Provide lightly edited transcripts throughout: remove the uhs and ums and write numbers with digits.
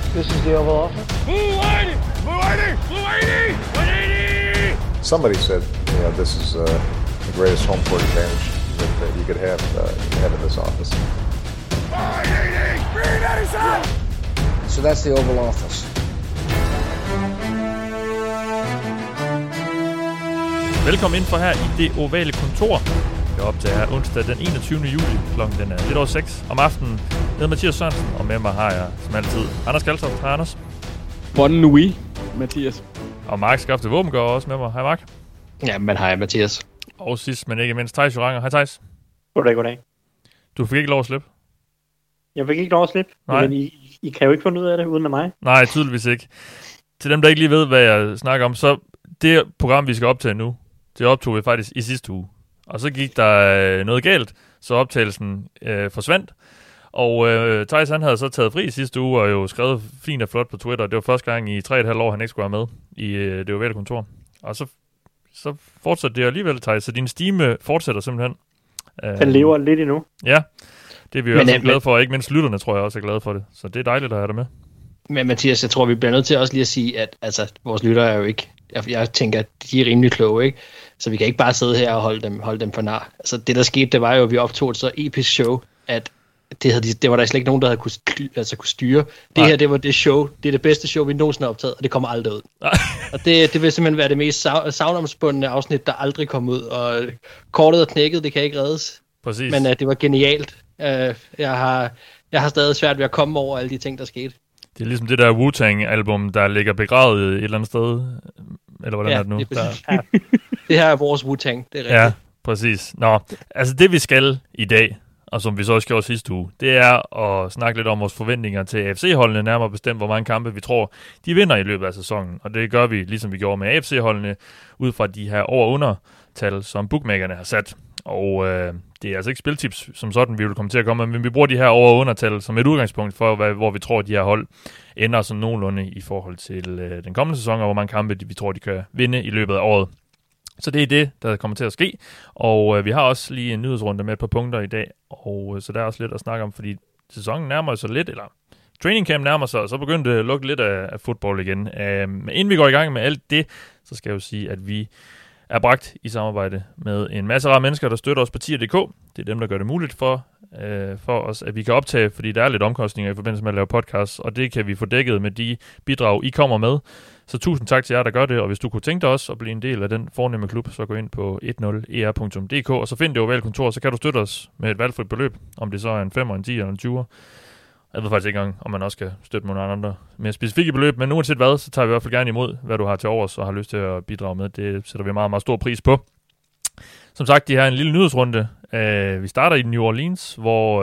This is the Oval Office. Blue 180! Somebody said, this is the greatest home court advantage that you could have in this office. 180! Green 87! So that's the Oval Office. Velkommen ind for her i det ovale kontor. Vi er optaget her onsdag den 21. juli. Klokken den er lidt over 6 om aftenen. Jeg hedder Mathias Sørensen, og med mig har jeg som altid Anders Kaltoft. Hej Anders. Bonne nuit, Mathias. Og Mark Skafte Våben går også med mig. Hej Mark. Ja, men hej Mathias. Og sidst, men ikke mindst, Theis Joranger. Hej Theis. Goddag. Du fik ikke lov at slippe? Jeg fik ikke lov at slippe, men I kan jo ikke finde ud af det uden af mig. Nej, tydeligvis ikke. Til dem, der ikke lige ved, hvad jeg snakker om, så det program, vi skal optage nu, det optog vi faktisk i sidste uge. Og så gik der noget galt, så optagelsen forsvandt. Og Theis, han havde så taget fri sidste uge, og jo skrevet fint og flot på Twitter. Det var første gang i 3,5 år, han ikke skulle være med i det ovale kontor. Og så fortsætter det alligevel, Theis. Så din stime fortsætter simpelthen. Den lever lidt endnu. Ja, det er vi jo også glade for, og ikke mindst lytterne, tror jeg også er glade for det. Så det er dejligt at have dig med. Men Mathias, jeg tror, vi bliver nødt til også lige at sige, at altså, vores lyttere er jo ikke... Jeg tænker, at de er rimelig kloge, ikke? Så vi kan ikke bare sidde her og holde dem for nar. Altså, det der skete, det var jo, at vi optog et så episk show, at det var der slet ikke nogen, der havde kunne styre. Det her, det var det show. Det er det bedste show, vi nogensinde har optaget, og det kommer aldrig ud. Og det vil simpelthen være det mest savnomspundne afsnit, der aldrig kom ud. Og kortet er knækket, det kan ikke reddes. Præcis. Men det var genialt. Jeg har stadig svært ved at komme over alle de ting, der skete. Det er ligesom det der Wu-Tang-album, der ligger begravet et eller andet sted. Eller hvordan er det nu? Det her er vores Wu-Tang, det er rigtigt. Ja, præcis. Nå, altså det vi skal i dag, og som vi så også gjorde sidste uge, det er at snakke lidt om vores forventninger til AFC-holdene, nærmere bestemt, hvor mange kampe vi tror, de vinder i løbet af sæsonen. Og det gør vi, ligesom vi gjorde med AFC-holdene, ud fra de her over-under-tal, som bookmakerne har sat. Og det er altså ikke spiltips som sådan, vi vil komme til at komme med, men vi bruger de her over- og undertal som et udgangspunkt for, hvor vi tror, de her hold ender sådan nogenlunde i forhold til den kommende sæson, og hvor mange kampe vi tror, de kan vinde i løbet af året. Så det er det, der kommer til at ske, og vi har også lige en nyhedsrunde med et par punkter i dag, og så der er også lidt at snakke om, fordi sæsonen nærmer sig lidt, eller training camp nærmer sig, og så begynder det at lukke lidt af fodbold igen. Men inden vi går i gang med alt det, så skal jeg jo sige, at vi er bragt i samarbejde med en masse rare mennesker, der støtter os på tier.dk. Det er dem, der gør det muligt for os, at vi kan optage, fordi der er lidt omkostninger i forbindelse med at lave podcasts, og det kan vi få dækket med de bidrag, I kommer med. Så tusind tak til jer, der gør det, og hvis du kunne tænke dig også at blive en del af den fornemme klub, så gå ind på 10er.dk, og så find det ovale kontor, så kan du støtte os med et valgfrit beløb, om det så er en 5'er, en 10'er eller en 20'er. Jeg ved faktisk ikke engang, om man også skal støtte med nogle andre mere specifikke beløb, men uanset hvad, så tager vi i hvert fald gerne imod, hvad du har til overs og har lyst til at bidrage med. Det sætter vi meget, meget stor pris på. Som sagt, de har en lille nyhedsrunde. Vi starter i New Orleans, hvor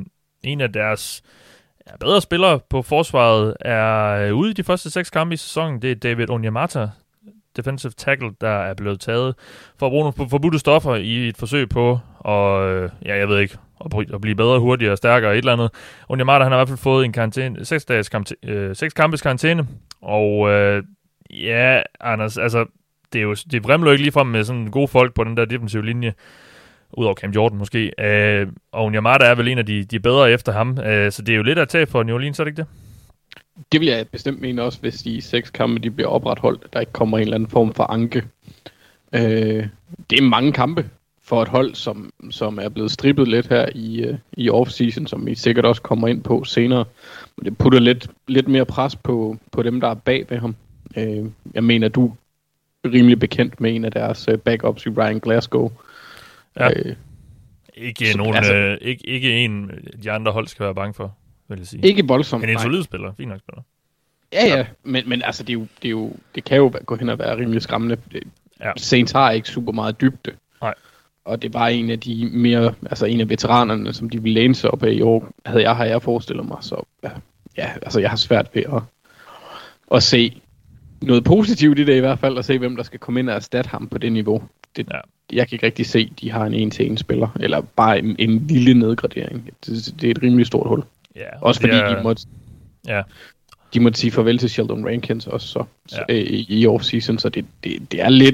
en af deres bedre spillere på forsvaret er ude i de første 6 kampe i sæsonen. Det er David Onyemata, defensive tackle, der er blevet taget for at bruge nogle forbudte stoffer i et forsøg på jeg ved ikke, at blive bedre, hurtigere, stærkere, et eller andet. Onyemata, han har i hvert fald fået en karantæne, 6 kampes karantæne, og Anders, altså, det vrimler ikke ligefrem med sådan gode folk på den der defensive linje, udover Cam Jordan måske, og Onyemata er vel en af de bedre efter ham, så det er jo lidt at tage for New Orleans, er det ikke det? Det vil jeg bestemt mene også, hvis de 6 kampe de bliver opretholdt, der ikke kommer en eller anden form for anke. Det er mange kampe for et hold, som er blevet strippet lidt her i off-season, som vi sikkert også kommer ind på senere. Men det putter lidt mere pres på dem, der er bag ved ham. Jeg mener, du er rimelig bekendt med en af deres backups i Ryan Glasgow. Ja. Ikke en de andre hold skal være bange for, vil jeg sige. Ikke voldsomt. Men en solid spiller, fin nok spiller. Ja. Men altså, det kan jo gå hen og være rimelig skræmmende. Saints har ikke super meget dybde. Nej. Og det var en af de mere, altså en af veteranerne, som de ville læne sig op af i år, har jeg forestillet mig. Så altså jeg har svært ved at se noget positivt i det i hvert fald, og se hvem der skal komme ind og erstatte ham på det niveau. Jeg kan ikke rigtig se, at de har en 1-til-1 spiller, eller bare en lille nedgradering. Det er et rimelig stort hul. Ja, også fordi de måtte sige farvel til Sheldon Rankins også i off-season, så det er lidt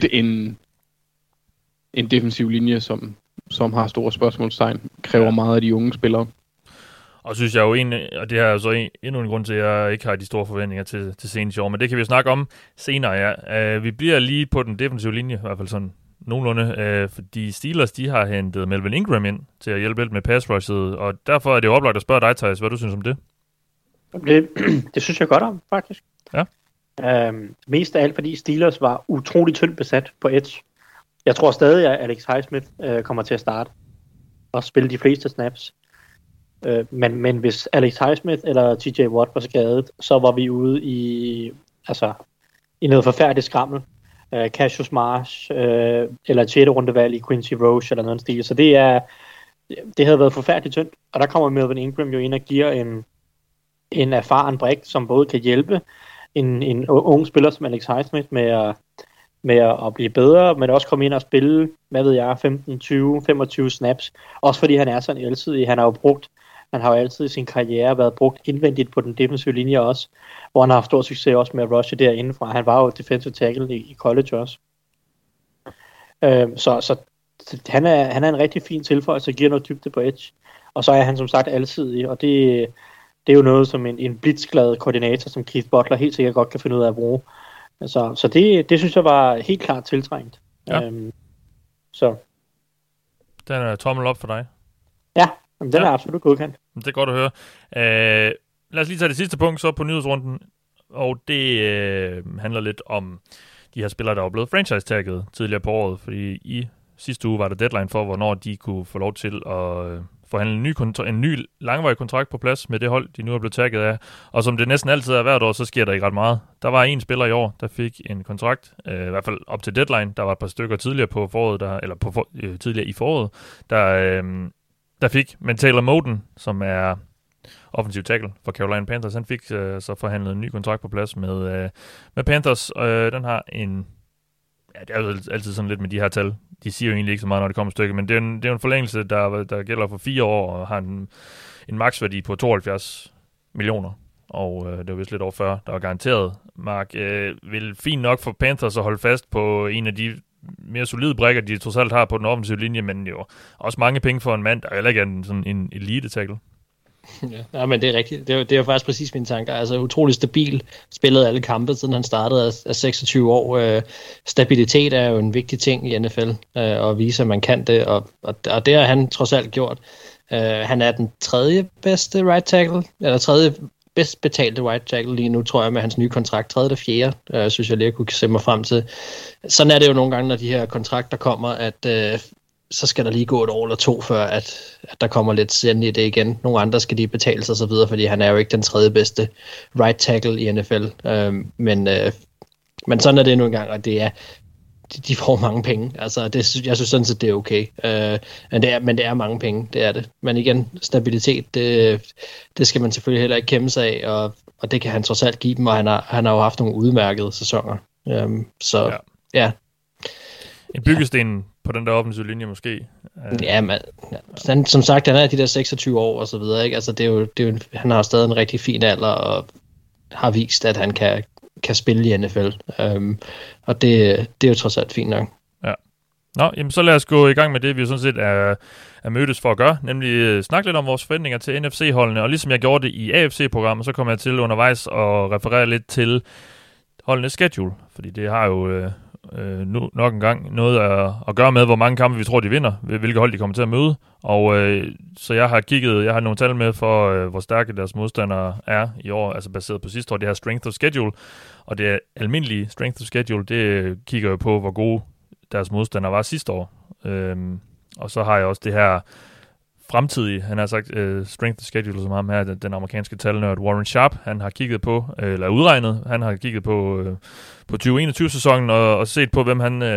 en defensiv linje, som har store spørgsmålstegn, kræver meget af de unge spillere. Og synes jeg jo og det her er så endnu en grund til, at jeg ikke har de store forventninger til seneste år, men det kan vi jo snakke om senere, ja. Vi bliver lige på den defensive linje, i hvert fald sådan nogenlunde, fordi Steelers, de har hentet Melvin Ingram ind til at hjælpe lidt med pass rushet, og derfor er det jo oplagt at spørge dig, Thijs, hvad du synes om det? Det synes jeg godt om, faktisk. Ja. Mest af alt, fordi Steelers var utrolig tyndt besat på edge. Jeg tror stadig, at Alex Highsmith kommer til at starte og spille de fleste snaps. Men hvis Alex Highsmith eller TJ Watt var skadet, så var vi ude i noget forfærdeligt skrammel. Cassius Marsh eller 6. rundevalg i Quincy Roche eller noget stil. Så det havde været forfærdeligt tyndt. Og der kommer Melvin Ingram jo ind og giver en erfaren brik, som både kan hjælpe en ung spiller som Alex Highsmith med at blive bedre, men også komme ind og spille, 15, 20, 25 snaps. Også fordi han er sådan alsidig. Han har jo altid i sin karriere været brugt indvendigt på den defensive linje også, hvor han har haft stor succes også med at rushe derindefra. Han var jo defensive tackle i college også. Så han er en rigtig fin tilføjelse og giver noget dybde på edge. Og så er han som sagt alsidig, og det er jo noget, som en blitzglad koordinator som Keith Butler helt sikkert godt kan finde ud af at bruge. Så det synes jeg var helt klart tiltrængt. Ja. Så. Den er tommel op for dig. Ja, den er absolut godkendt. Det er godt at høre. Lad os lige tage det sidste punkt så på nyhedsrunden, og det handler lidt om de her spillere, der var blevet franchise-tagget tidligere på året, fordi i sidste uge var der deadline for, hvornår de kunne få lov til at forhandle en ny langvarig kontrakt på plads med det hold, de nu er blevet tagget af. Og som det næsten altid er hvert år, så sker der ikke ret meget. Der var en spiller i år, der fik en kontrakt, i hvert fald op til deadline. Der var et par stykker tidligere på foråret, tidligere i foråret, der fik. Men Taylor Moton, som er offensiv tackle for Carolina Panthers, han fik så forhandlet en ny kontrakt på plads med Panthers. Den har en... Ja, det er jo altid sådan lidt med de her tal. De siger jo egentlig ikke så meget, når det kommer stykket, men det er en forlængelse, der gælder for 4 år, og har en maksværdi på 72 millioner. Og det var vist lidt over 40, der var garanteret. Mark, vil fint nok for Panthers at holde fast på en af de mere solide brækker, de trods alt har på den offensive linje, men jo også mange penge for en mand, der heller ikke er sådan en elite-tackle. Ja, men det er rigtigt. Det er jo faktisk præcis mine tanker. Altså utrolig stabil, spillet alle kampe, siden han startede af 26 år. Stabilitet er jo en vigtig ting i NFL, og vise, at man kan det, og det har han trods alt gjort. Han er den tredje bedste right tackle, eller tredje bedst betalte right tackle lige nu, tror jeg, med hans nye kontrakt. Tredje eller fjerde, synes jeg lige, jeg kunne se mig frem til. Sådan er det jo nogle gange, når de her kontrakter kommer, at så skal der lige gå et år eller 2, før at der kommer lidt send i det igen. Nogle andre skal de betale sig og så videre, fordi han er jo ikke den tredje bedste right tackle i NFL. Men sådan er det nu engang, og det er, de får mange penge. Altså, jeg synes sådan set, det er okay. Men det er mange penge, det er det. Men igen, stabilitet, det skal man selvfølgelig heller ikke kæmpe sig af, og det kan han trods alt give dem, og han har jo haft nogle udmærkede sæsoner. Ja. En byggesten på den der offensive linje måske. Ja, men som sagt, han er de der 26 år og så videre, ikke? Altså, det er jo, han har stadig en rigtig fin alder og har vist, at han kan spille i NFL. Og det er jo trods alt fint nok. Ja. Nå, jamen så lad os gå i gang med det, vi jo sådan set er mødtes for at gøre, nemlig snakke lidt om vores forventninger til NFC-holdene, og ligesom jeg gjorde det i AFC-programmet, så kommer jeg til undervejs at referere lidt til holdenes schedule, fordi det har jo nu nok en gang noget at gøre med, hvor mange kampe vi tror, de vinder, hvilke hold de kommer til at møde. Og så jeg har nogle tal med for, hvor stærke deres modstandere er i år, altså baseret på sidste år. Det her strength of schedule, og det almindelige strength of schedule, det kigger jo på, hvor gode deres modstandere var sidste år. Og så har jeg også det her fremtidige, han har sagt strength of schedule, som ham her, den amerikanske talnørd Warren Sharp, han har kigget på, eller udregnet, han har kigget på 2021-sæsonen og set på,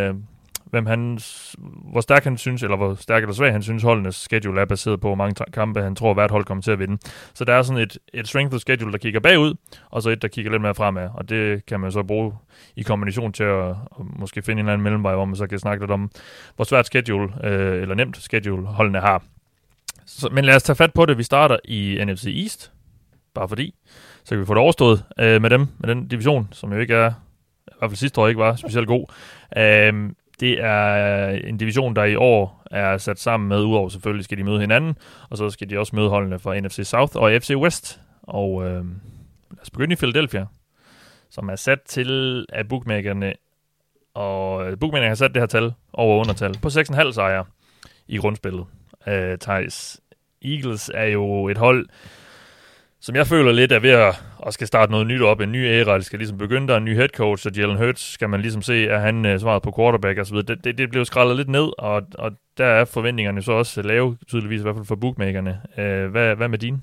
hvor stærk han synes, eller hvor stærk eller svag han synes, holdenes schedule er baseret på, hvor mange kampe han tror, hvert hold kommer til at vinde. Så der er sådan et strength of schedule, der kigger bagud, og så et, der kigger lidt mere fremad, og det kan man så bruge i kombination til at måske finde en eller anden mellemvej, hvor man så kan snakke lidt om, hvor svært schedule, eller nemt schedule holdene har. Men lad os tage fat på det. Vi starter i NFC East, bare fordi, så kan vi få det overstået med den division, som jo ikke er, i hvert fald sidste år ikke var specielt god. Det er en division, der i år er sat sammen med, udover selvfølgelig skal de møde hinanden, og så skal de også møde holdene fra NFC South og FC West. Og lad os begynde i Philadelphia, som er sat til af bookmakerne, og bookmakerne har sat det her tal over undertal på 6,5 sejre i grundspillet. Thijs, Eagles er jo et hold, som jeg føler lidt er ved at skal starte noget nyt op, en ny æra, det skal ligesom begynde, der er en ny head coach, og Jalen Hurts skal man ligesom se, at han svaret på quarterback og så videre. Det blev skrællet lidt ned, og der er forventningerne så også lave, tydeligvis i hvert fald for bookmakerne. Hvad med dine?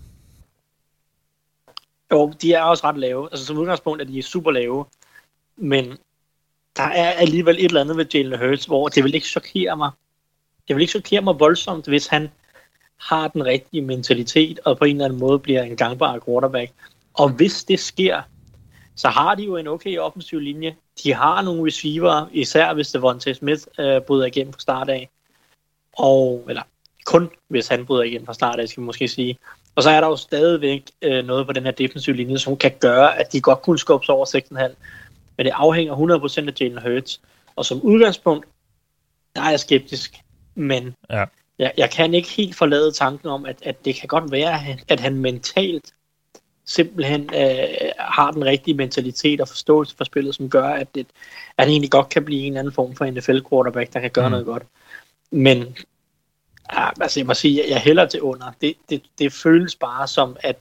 Jo, de er også ret lave. Altså som udgangspunkt er de super lave, men der er alligevel et eller andet ved Jalen Hurts, hvor det vil ikke chokere mig. Det vil ikke chokere mig voldsomt, hvis han har den rigtige mentalitet, og på en eller anden måde bliver en gangbar quarterback. Og hvis det sker, så har de jo en okay offensiv linje. De har nogle receiver, især hvis Devontae Smith bryder igennem fra start af. Eller kun hvis han bryder igennem fra start af, skal vi måske sige. Og så er der jo stadigvæk noget på den her defensive linje, som kan gøre, at de godt kunne skubbe sig over 6,5. Men det afhænger 100% af Jalen Hurts. Og som udgangspunkt, der er jeg skeptisk. Men jeg kan ikke helt forlade tanken om, at det kan godt være, at han mentalt simpelthen har den rigtige mentalitet og forståelse for spillet, som gør, at han egentlig godt kan blive en anden form for NFL-quarterback, der kan gøre noget godt. Men altså jeg må sige, jeg hælder til under. Det føles bare som, at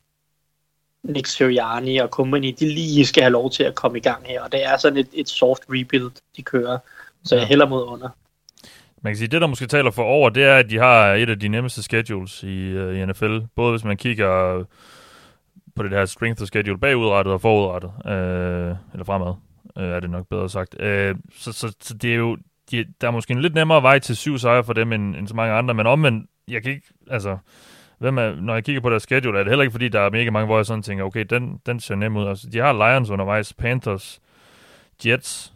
Nick Sirianni og company, de lige skal have lov til at komme i gang her, og det er sådan et soft rebuild, de kører. Så jeg hælder mod under. Man kan sige, det der måske taler for over, det er, at de har et af de nemmeste schedules i NFL. Både hvis man kigger på det her strength of schedule bagudrettet og forudrettet. Eller fremad, er det nok bedre sagt. Så det er jo, der er måske en lidt nemmere vej til 7 sejre for dem end så mange andre. Men omvendt, jeg kan ikke, altså, når jeg kigger på deres schedule, er det heller ikke, fordi der er mega mange, hvor jeg sådan tænker, okay, den ser nem ud. Altså, de har Lions undervejs, Panthers, Jets,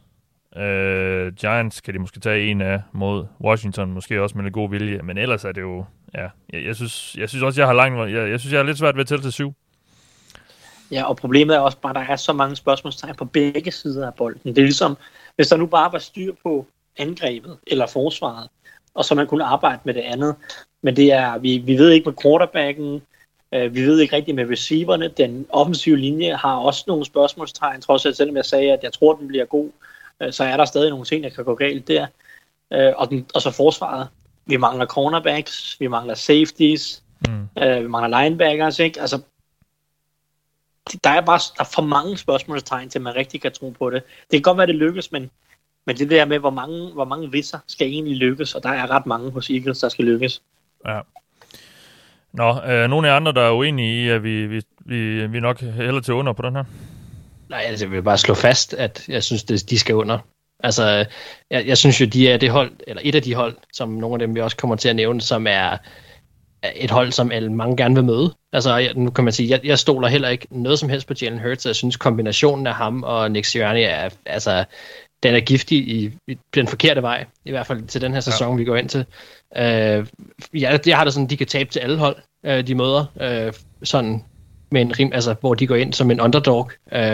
Giants kan de måske tage en af mod Washington, måske også med en god vilje, men ellers er det jo, jeg synes også, jeg synes, jeg er lidt svært ved at tælle til 7. Ja, og problemet er også bare, at der er så mange spørgsmålstegn på begge sider af bolden. Det er ligesom, hvis der nu bare var styr på angrebet eller forsvaret, og så man kunne arbejde med det andet, men det er, vi ved ikke med quarterbacken, vi ved ikke rigtigt med receiverne, den offensive linje har også nogle spørgsmålstegn, trods alt selvom jeg sagde, at jeg tror, den bliver god, så er der stadig nogle ting, der kan gå galt der. Og så forsvaret. Vi mangler cornerbacks, vi mangler safeties, vi mangler linebackers, ikke? Altså, der er for mange spørgsmålstegn, til man rigtig kan tro på det. Det kan godt være, det lykkes, men det der med, hvor mange visser skal egentlig lykkes, og der er ret mange hos Eagles, der skal lykkes. Ja. Nogle af andre, der er uenige i, at vi nok hælder til under på den her? Nej, altså, jeg vil bare slå fast, at jeg synes, de skal under. Altså, jeg synes jo, de er det hold, eller et af de hold, som nogle af dem, vi også kommer til at nævne, som er et hold, som mange gerne vil møde. Altså, nu kan man sige, jeg stoler heller ikke noget som helst på Jalen Hurts, og jeg synes, kombinationen af ham og Nick Sirianni er, altså, den er giftig i den forkerte vej, i hvert fald til den her sæson, vi går ind til. Jeg har det sådan, de kan tabe til alle hold, de møder, sådan med en rim, altså, hvor de går ind som en underdog.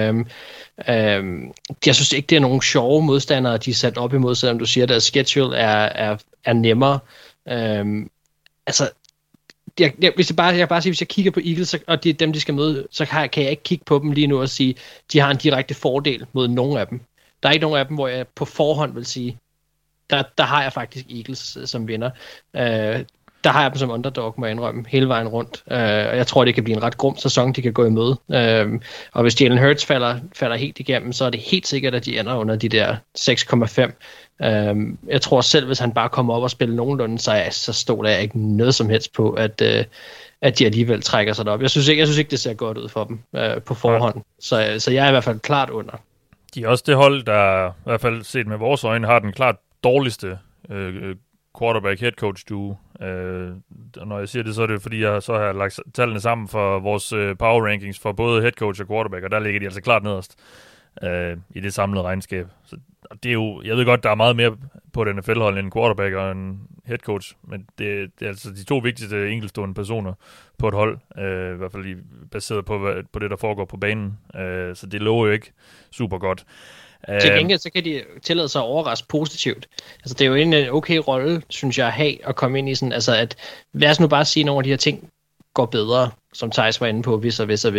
Jeg synes ikke, det er nogle sjove modstandere, de er sat op imod, selvom du siger, at deres schedule er nemmere. Altså, jeg bare sige, hvis jeg kigger på Eagles, og det er dem, de skal møde, så kan jeg ikke kigge på dem lige nu og sige, de har en direkte fordel mod nogen af dem. Der er ikke nogen af dem, hvor jeg på forhånd vil sige, der har jeg faktisk Eagles som vinder. Der har jeg dem som underdog, må jeg indrømme, hele vejen rundt. Og jeg tror, det kan blive en ret grum sæson, de kan gå i møde. Og hvis Jalen Hurts falder helt igennem, så er det helt sikkert, at de ender under de der 6,5. Jeg tror selv, hvis han bare kommer op og spiller nogenlunde, så stoler jeg ikke noget som helst på, at de alligevel trækker sig derop. Jeg synes ikke, det ser godt ud for dem på forhånd. Så jeg er i hvert fald klart under. De er også det hold, der i hvert fald set med vores øjne, har den klart dårligste quarterback head coach duo. Når jeg siger det, så er det fordi, jeg så har lagt tallene sammen for vores power rankings for både head coach og quarterback, og der ligger de altså klart nederst. i det samlede regnskab. Så det er jo, jeg ved godt, der er meget mere på den NFL-hold end en quarterback og en head coach, men det er altså de to vigtigste enkeltstående personer på et hold, i hvert fald baseret på det, der foregår på banen. Så det lover jo ikke super godt. Til gengæld, så kan de tillade sig at overraske positivt. Altså, det er jo en okay rolle, synes jeg, at have at komme ind i sådan, altså at, lad os nu bare sige, nogle af de her ting går bedre, som Thijs var inde på, hvis.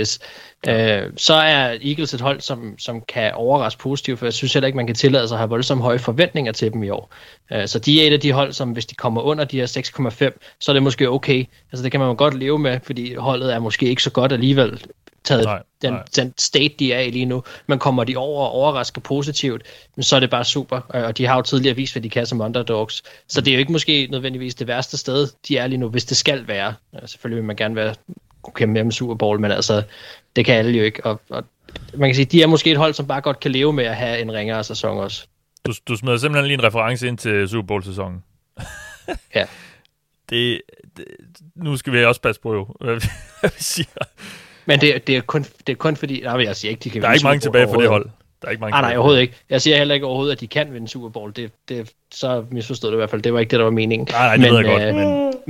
Så er Eagles et hold, som kan overraske positivt, for jeg synes heller ikke, man kan tillade sig at have voldsomt høje forventninger til dem i år. Så de er et af de hold, som hvis de kommer under de her 6,5, så er det måske okay. Altså det kan man jo godt leve med, fordi holdet er måske ikke så godt alligevel taget den state, de er i lige nu. Men kommer de over og overrasker positivt, så er det bare super. Og de har jo tidligere vist, hvad de kan som underdogs. Så det er jo ikke måske nødvendigvis det værste sted, de er lige nu, hvis det skal være. Selvfølgelig vil man gerne være kæmpe med Super Bowl, men altså, det kan alle jo ikke. Og man kan sige, de er måske et hold, som bare godt kan leve med at have en ringere sæson også. Du smider simpelthen lige en reference ind til Super Bowl-sæsonen. Ja. Det, nu skal vi også passe på, jo, hvad vi siger. Men det er kun fordi... Nej, jeg siger ikke, de kan der er ikke mange tilbage for det hold. Der er ikke mange nej, overhovedet ikke. Jeg siger heller ikke overhovedet, at de kan vinde Super Bowl. Det så misforstod det i hvert fald. Det var ikke det, der var meningen. Nej, det ved jeg godt.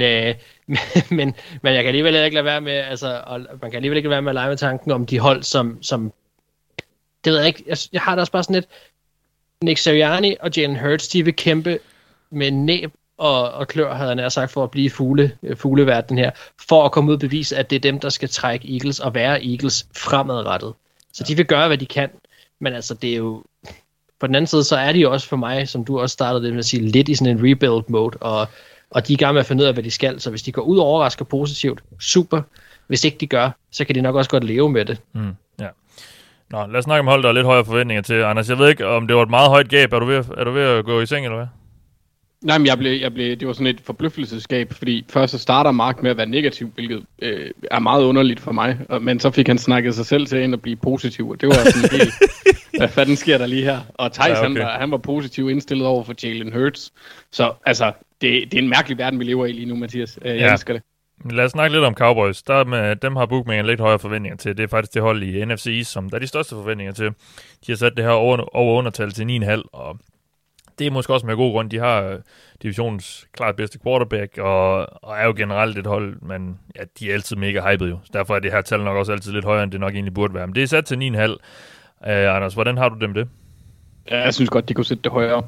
Men jeg kan alligevel ikke lade være med... Altså, og man kan alligevel ikke lade være med at lege med tanken om de hold, som det ved jeg ikke. Jeg har da også bare sådan lidt... Nick Sirianni og Jalen Hurts, de vil kæmpe med næb og klør, havde jeg nær sagt, for at blive fugleverden her, for at komme ud og bevise, at det er dem, der skal trække Eagles og være Eagles fremadrettet. Så de vil gøre, hvad de kan, men altså, det er jo... På den anden side, så er de jo også for mig, som du også startede det med at sige, lidt i sådan en rebuild mode, og de er i gang med at finde ud af, hvad de skal, så hvis de går ud og overrasker positivt, super. Hvis ikke de gør, så kan de nok også godt leve med det. Ja. Nå, lad os snakke om hold, der er lidt højere forventninger til. Anders, jeg ved ikke, om det var et meget højt gab. Er du ved at gå i seng, eller hvad? Nej, men det var sådan et forbløffelsesskab, fordi først så starter Mark med at være negativ, hvilket er meget underligt for mig, men så fik han snakket sig selv til at blive positiv, og det var sådan helt, hvad fanden sker der lige her? Og Thijs, ja, okay. han var positiv indstillet over for Jalen Hurts, så altså, det er en mærkelig verden, vi lever i lige nu, Mathias. Jeg elsker det. Lad os snakke lidt om Cowboys. Dem har bookmakerne lidt højere forventninger til. Det er faktisk det hold i NFC East, som der er de største forventninger til. De har sat det her over-undertal til 9,5, og det er måske også med god grund. De har divisionens klart bedste quarterback, og er jo generelt et hold, men ja, de er altid mega hyped jo. Derfor er det her tal nok også altid lidt højere, end det nok egentlig burde være. Men det er sat til 9,5. Anders, hvordan har du dem det? Ja, jeg synes godt, de kunne sætte det højere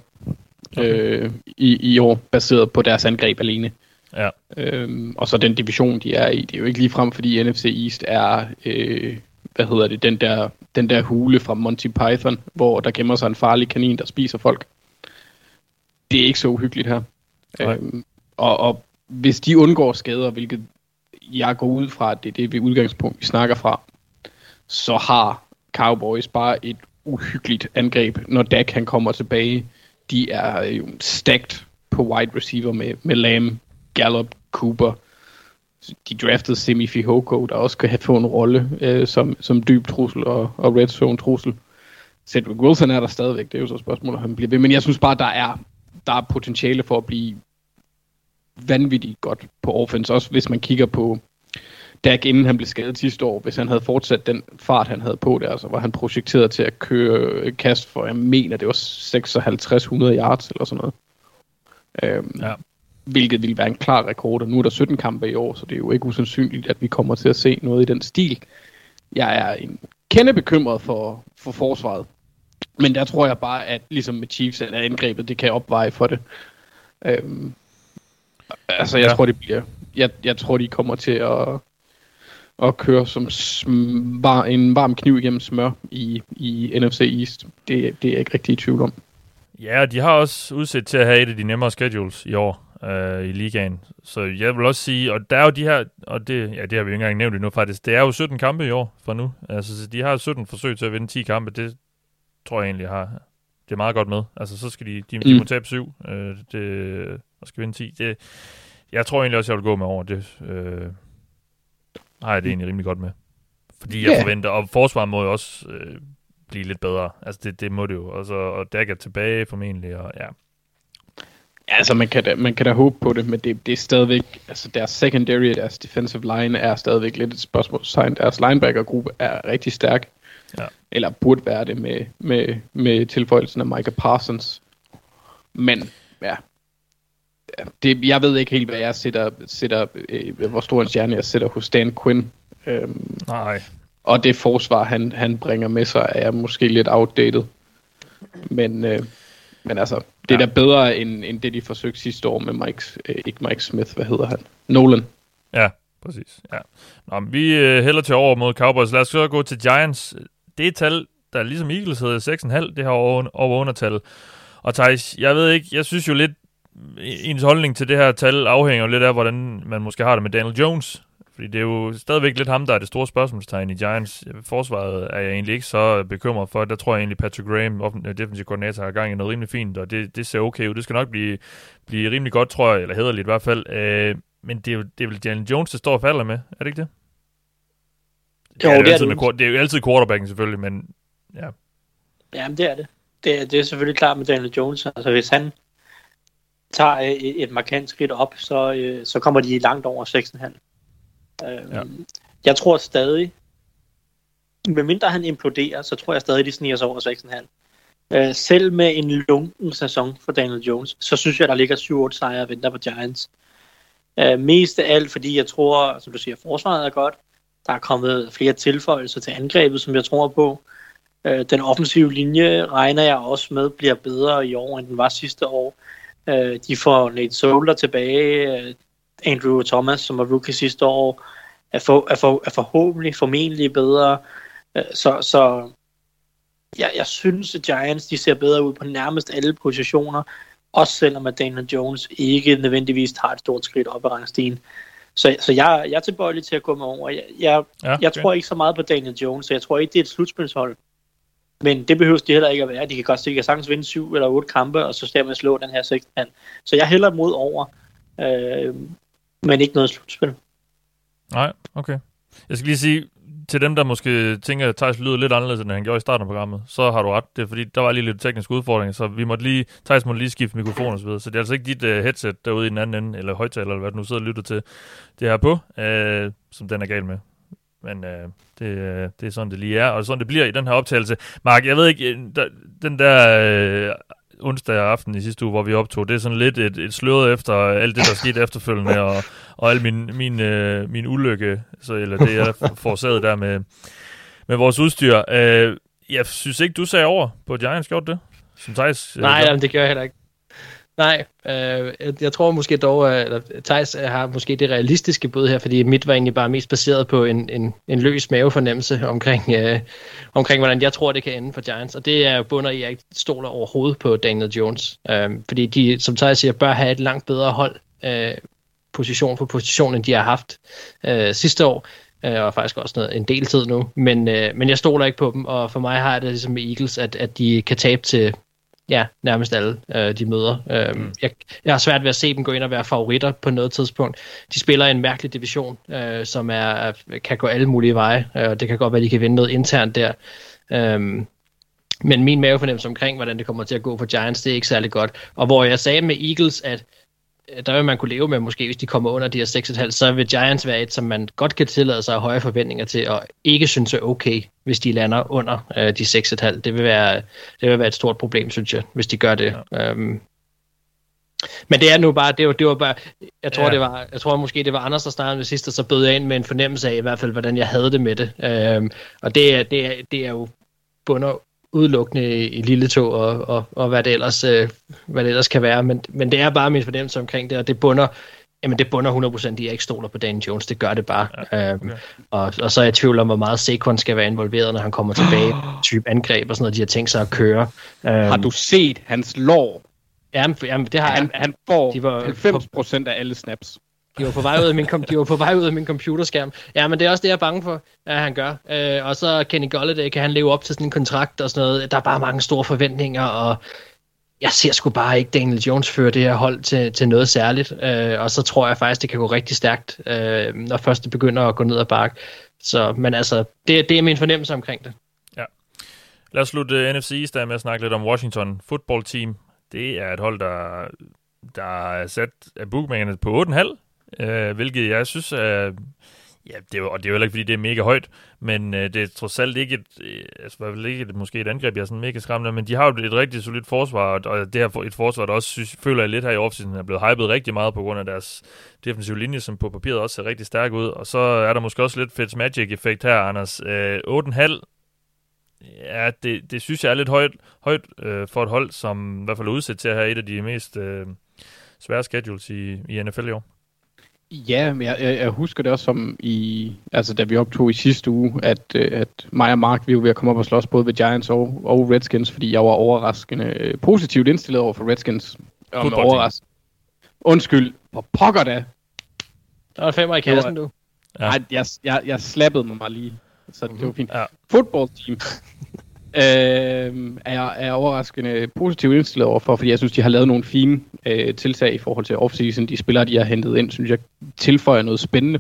i år, baseret på deres angreb alene. Ja. Og så den division, de er i, det er jo ikke ligefrem, fordi NFC East er, den der hule fra Monty Python, hvor der gemmer sig en farlig kanin, der spiser folk. Det er ikke så uhyggeligt her. Og hvis de undgår skader, hvilket jeg går ud fra, at det er det ved udgangspunkt, vi snakker fra, så har Cowboys bare et uhyggeligt angreb, når Dak han kommer tilbage. De er jo stacked på wide receiver med Lamb, Gallup, Cooper. De draftede Simi Fehoko, der også kan få en rolle som dyb trussel og red zone trussel. Cedric Wilson er der stadigvæk, det er jo så spørgsmålet, han bliver ved. Men jeg synes bare, der er potentiale for at blive vanvittigt godt på offense, også hvis man kigger på Dak, inden han blev skadet sidste år. Hvis han havde fortsat den fart, han havde på der, så var han projekteret til at køre kast for, jeg mener, det var 5600 yards eller sådan noget. Hvilket ville være en klar rekord, og nu er der 17 kampe i år, så det er jo ikke usandsynligt, at vi kommer til at se noget i den stil. Jeg er en kende bekymret for forsvaret, men der tror jeg bare, at ligesom med Chiefs, at angrebet, det kan opveje for det. Jeg tror, de kommer til at køre som en varm kniv igennem smør i NFC East. Det er jeg ikke rigtig i tvivl om. Ja, de har også udsat til at have et af de nemmere schedules i år i ligaen. Så jeg vil også sige, og der er jo de her, og det har vi jo ikke engang nævnt endnu faktisk, det er jo 17 kampe i år fra nu. Altså, de har 17 forsøg til at vinde 10 kampe, det tror jeg egentlig det er meget godt med. Altså, så skal de må tabe 7, og skal vinde 10. Jeg tror egentlig også, jeg vil gå med over det. Har jeg det egentlig rimelig godt med. Fordi jeg forventer, og forsvaret må jo også blive lidt bedre. Altså, det må det jo. Og Dak er tilbage formentlig, og ja. Altså, man kan da håbe på det, men det er stadigvæk, altså deres secondary, deres defensive line er stadigvæk lidt et spørgsmålstegn. Deres linebackergruppe er rigtig stærk. Ja. Eller burde være det med tilføjelsen af Micah Parsons. Men, ja. Jeg ved ikke helt, hvad jeg sætter hvor stor en stjerne jeg sætter hos Dan Quinn. Nej. Og det forsvar, han bringer med sig, er måske lidt outdated. Men altså, det er da bedre end det, de forsøgte sidste år med ikke Mike Smith, hvad hedder han? Nolan. Ja, præcis. Ja. Nå, vi hælder til over mod Cowboys. Lad os så gå til Giants. Det er et tal, der ligesom Eagles hedder 6,5, det her over-undertal. Og Thijs, jeg ved ikke, jeg synes jo lidt, ens holdning til det her tal afhænger lidt af, hvordan man måske har det med Daniel Jones. Fordi det er jo stadigvæk lidt ham, der er det store spørgsmålstegn i Giants. Forsvaret er jeg egentlig ikke så bekymret for. Der tror jeg egentlig, Patrick Graham, defensive koordinator, har gang i noget rimelig fint, og det ser okay ud. Det skal nok blive rimelig godt, tror jeg, eller hæderligt i hvert fald. Men det er vel Daniel Jones, der står og falder med. Er det ikke det? Jo, det er jo altid quarterbacken selvfølgelig, men ja. Jamen, det er det. Det er selvfølgelig klart med Daniel Jones. Altså, hvis han tager et markant skridt op, så kommer de langt over 6,5. Ja. Jeg tror stadig, medmindre han imploderer, så tror jeg stadig, de sniger sig over 6,5. Selv med en lunken sæson for Daniel Jones, så synes jeg, der ligger 7-8 sejre og venter på Giants. Mest af alt, fordi jeg tror, som du siger, forsvaret er godt. Der er kommet flere tilføjelser til angrebet, som jeg tror på. Den offensive linje regner jeg også med bliver bedre i år, end den var sidste år. De får Nate Solder tilbage. Andrew Thomas, som var rookie sidste år, er forhåbentlig formentlig bedre. Så jeg synes, at Giants de ser bedre ud på nærmest alle positioner, også selvom at Daniel Jones ikke nødvendigvis tager et stort skridt op ad rangstigen. Så jeg er tilbøjelig til at gå med over. Jeg tror ikke så meget på Daniel Jones, så jeg tror ikke, det er et slutspilshold. Men det behøver de heller ikke at være. De kan sagtens vinde 7 eller 8 kampe, og så dermed slå den her 6. Så jeg hælder mod over, men ikke noget slutspil. Nej, okay. Jeg skal lige sige, til dem, der måske tænker, at Thijs lyder lidt anderledes, end han gjorde i starten af programmet, så har du ret. Det er fordi, der var lige lidt tekniske udfordringer, så Thijs måtte lige skifte mikrofon og så videre. Så det er altså ikke dit headset derude i den anden ende, eller højtaler, eller hvad du nu sidder og lytter til det her på, som den er gal med. Men det er sådan, det lige er, og sådan det bliver i den her optagelse. Mark, jeg ved ikke, den der onsdag aften i sidste uge, hvor vi optog, det er sådan lidt et sløret efter alt det, der skete efterfølgende, og al min ulykke, eller det, jeg forårsaget der med vores udstyr. Jeg synes ikke, du sagde over på Giants, gjorde det? Som Thijs? Nej, jamen, det gør jeg heller ikke. Nej, jeg tror måske dog, at Thijs har måske det realistiske bud her, fordi mit var egentlig bare mest baseret på en løs mavefornemmelse omkring, hvordan jeg tror, det kan ende for Giants. Og det er bunder i, at jeg ikke stoler overhovedet på Daniel Jones. Fordi de, som Thijs siger, bør have et langt bedre hold, position for position, end de har haft sidste år. Og faktisk også en del tid nu. Men jeg stoler ikke på dem, og for mig har jeg det ligesom med Eagles, at de kan tabe til nærmest alle de møder. Jeg har svært ved at se dem gå ind og være favoritter på noget tidspunkt. De spiller i en mærkelig division, som kan gå alle mulige veje, og det kan godt være, at de kan vinde noget internt der. Men min mavefornemmelse omkring, hvordan det kommer til at gå for Giants, det er ikke særlig godt. Og hvor jeg sagde med Eagles, at der vil man kunne leve med, måske hvis de kommer under de her 6,5, så vil Giants være et, som man godt kan tillade sig høje forventninger til, og ikke synes er okay, hvis de lander under de 6,5. Det vil være et stort problem, synes jeg, hvis de gør det. Ja. Men det er nu bare, det var bare, jeg tror måske det var Anders, der snakkede med sidst, og så bød jeg ind med en fornemmelse af i hvert fald, hvordan jeg havde det med det. Og det er jo bunder udelukkende i lille tog og hvad det ellers kan være, men det er bare min fornemmelse omkring det, og det bunder 100% i, at jeg ikke stoler på Daniel Jones, det gør det bare. Ja, okay. Og så er jeg i tvivl om, hvor meget Saquon skal være involveret, når han kommer tilbage, type angreb og sådan noget, de har tænkt sig at køre. Har du set hans lår? Jamen det har han får 90% af alle snaps. De var på vej ud af min computerskærm. Ja, men det er også det, jeg er bange for, at han gør. Og så Kenny Golladay, kan han leve op til sådan en kontrakt og sådan noget. Der er bare mange store forventninger, og jeg ser sgu bare ikke Daniel Jones føre det her hold til noget særligt. Og så tror jeg faktisk, det kan gå rigtig stærkt, når først det begynder at gå ned ad bakke. Så, men altså, det er min fornemmelse omkring det. Ja. Lad os slutte NFC East med at snakke lidt om Washington Football Team. Det er et hold, der er sat af bookmakerne på 8,5. Hvilket jeg synes Ja, det er jo heller ikke, fordi det er mega højt, men det er trods alt ikke måske et angreb, jeg er sådan mega skræmmende, men de har jo et rigtig solidt forsvar, og det er et forsvar, der også føler jeg lidt her i offseason, er blevet hypet rigtig meget på grund af deres defensive linje, som på papiret også ser rigtig stærk ud, og så er der måske også lidt Fitzmagic-effekt her, Anders. 8,5, ja, det synes jeg er lidt højt for et hold, som i hvert fald er udsat til at have et af de mest svære schedules i NFL i år. Ja, men jeg husker det også som da vi optog i sidste uge, at mig og Mark, vi var ved at komme op og slås både ved Giants og Redskins, fordi jeg var overraskende positivt indstillet over for Redskins. Undskyld, hvor pokker da. Der var 5 i kassen, du. Nej, jeg slappede mig lige, så det var fint. Ja. Football team er overraskende positivt indstillet overfor, fordi jeg synes, de har lavet nogle fine tiltag i forhold til offseason. De spillere, de har hentet ind, synes jeg tilføjer noget spændende.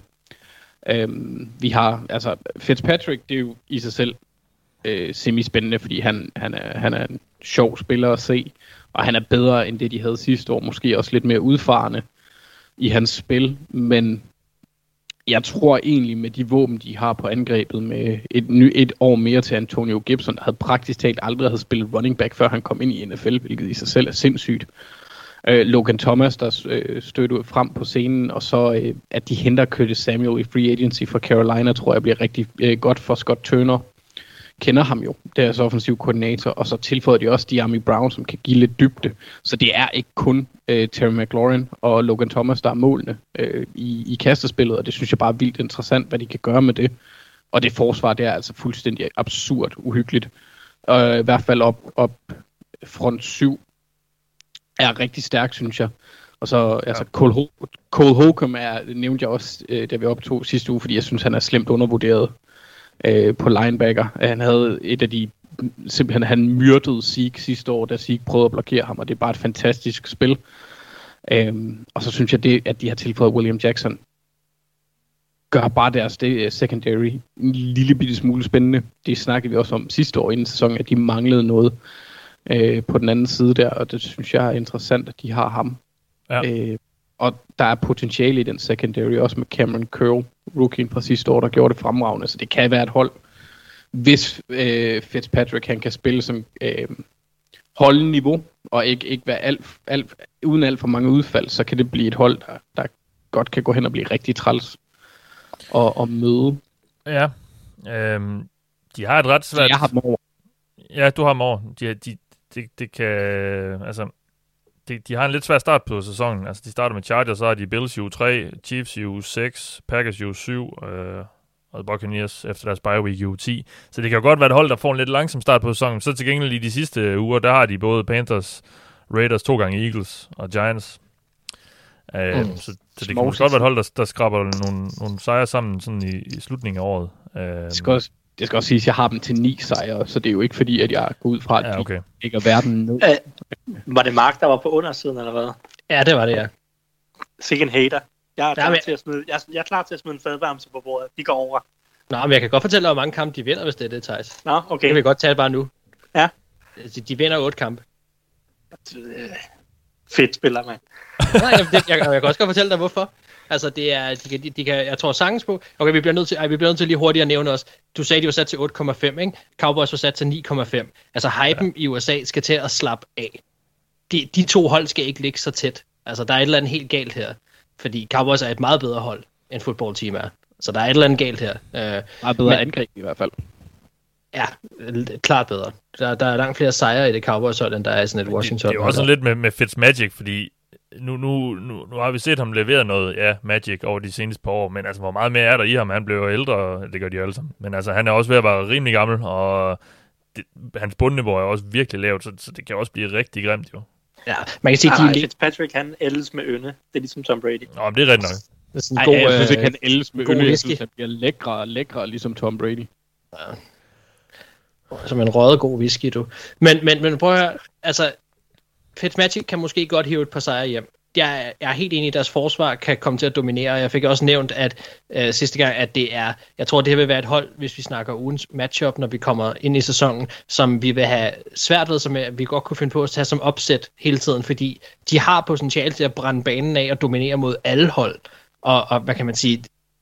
Vi har, Fitzpatrick, det er jo i sig selv semi-spændende, fordi han er en sjov spiller at se, og han er bedre end det, de havde sidste år. Måske også lidt mere udfarende i hans spil, men jeg tror egentlig med de våben, de har på angrebet, med et år mere til Antonio Gibson, der havde praktisk talt aldrig havde spillet running back, før han kom ind i NFL, hvilket i sig selv er sindssygt. Logan Thomas, der stødte frem på scenen, og så at de henter Curtis Samuel i free agency fra Carolina, tror jeg bliver rigtig godt for Scott Turner. Kender ham jo, deres offensiv koordinator, og så tilføjer de også Dyami Brown, som kan give lidt dybde. Så det er ikke kun Terry McLaurin og Logan Thomas, der er målene i kastespillet, og det synes jeg bare er vildt interessant, hvad de kan gøre med det. Og det forsvar, det er altså fuldstændig absurd uhyggeligt. I hvert fald op front 7 er rigtig stærk, synes jeg. Og så Cole Holcomb nævnte jeg også, da vi optog sidste uge, fordi jeg synes, han er slemt undervurderet på linebacker. Han havde et af de simpelthen, han myrdede Zeke sidste år, da Zeke prøvede at blokere ham, og det er bare et fantastisk spil. Og så synes jeg, at de har tilføjet William Jackson, gør bare deres secondary en lille bitte smule spændende. Det snakkede vi også om sidste år inden sæsonen, at de manglede noget på den anden side der, og det synes jeg er interessant, at de har ham. Ja. Og der er potentiale i den secondary, også med Cameron Curl, rookien fra sidste år, der gjorde det fremragende, så det kan være et hold. Hvis Fitzpatrick han kan spille som holdniveau, og ikke være uden alt for mange udfald, så kan det blive et hold, der godt kan gå hen og blive rigtig træls og møde. Ja, de har et ret svært... Jeg har dem over. Ja, du har dem over. Det kan... Altså... De har en lidt svær start på sæsonen. Altså, de starter med Chargers, så har de Bills i uge 3, Chiefs i uge 6, Packers i uge 7, og Buccaneers efter deres bye week i uge 10. Så det kan jo godt være et hold, der får en lidt langsom start på sæsonen. Så til gengæld i de sidste uger, der har de både Panthers, Raiders 2 gange Eagles og Giants. Så det kan godt være et hold, der skraber nogle sejre sammen sådan i slutningen af året. Det skal også siges, at jeg har dem til 9 sejre, så det er jo ikke fordi, at jeg går ud fra, at de ikke er verden ned. Var det Mark, der var på undersiden, eller hvad? Ja, det var det, ja. Sikke en hater. Jeg er klar til at smide en fadvarmse på bordet. De går over. Nå, men jeg kan godt fortælle dig, hvor mange kampe de vinder, hvis det er det, Thijs. Nå, okay. Det kan vi godt tage bare nu. Ja. De vinder 8 kampe. Fedt spiller, mand. Nej, jeg kan også godt fortælle dig, hvorfor. Altså, det er, de kan, jeg tror sagtens på. Okay, vi bliver nødt til lige hurtigt at nævne os. Du sagde, de var sat til 8,5, ikke? Cowboys var sat til 9,5. Altså, hypen i USA skal til at slappe af. De to hold skal ikke ligge så tæt. Altså, der er et eller andet helt galt her. Fordi Cowboys er et meget bedre hold, end footballteam er. Så der er et eller andet galt her. Meget bedre angreb i hvert fald. Ja, klart bedre. Der er langt flere sejre i det Cowboys-hold, end der er i sådan et Washington. Det er jo også lidt med Fitzmagic, fordi nu har vi set ham levere noget, Magic over de seneste par år, men altså, hvor meget mere er der i ham? Han blev jo ældre, og det gør de alle sammen. Men altså, han er også ved at være rimelig gammel, og hans bundniveau er også virkelig lavt, så det kan også blive rigtig grimt, jo. Ja, man kan sige, Fitzpatrick, han ældes med ynde. Det er ligesom Tom Brady. Nå, men det er rigtig nok. Det er sådan en jeg synes ikke, han ældes med ynde. Jeg synes, han bliver lækre, ligesom Tom Brady. Ja. Som en røget god whisky, du. Men prøv at høre, altså, Fitzmagic kan måske godt hive et par sejre hjem. Jeg er helt enig i, at deres forsvar kan komme til at dominere. Jeg fik også nævnt, at sidste gang, at jeg tror, det her vil være et hold, hvis vi snakker ugens matchup, når vi kommer ind i sæsonen, som vi vil have svært ved, som vi godt kunne finde på at tage som opsæt hele tiden, fordi de har potentiale til at brænde banen af og dominere mod alle hold. Og hvad kan man sige,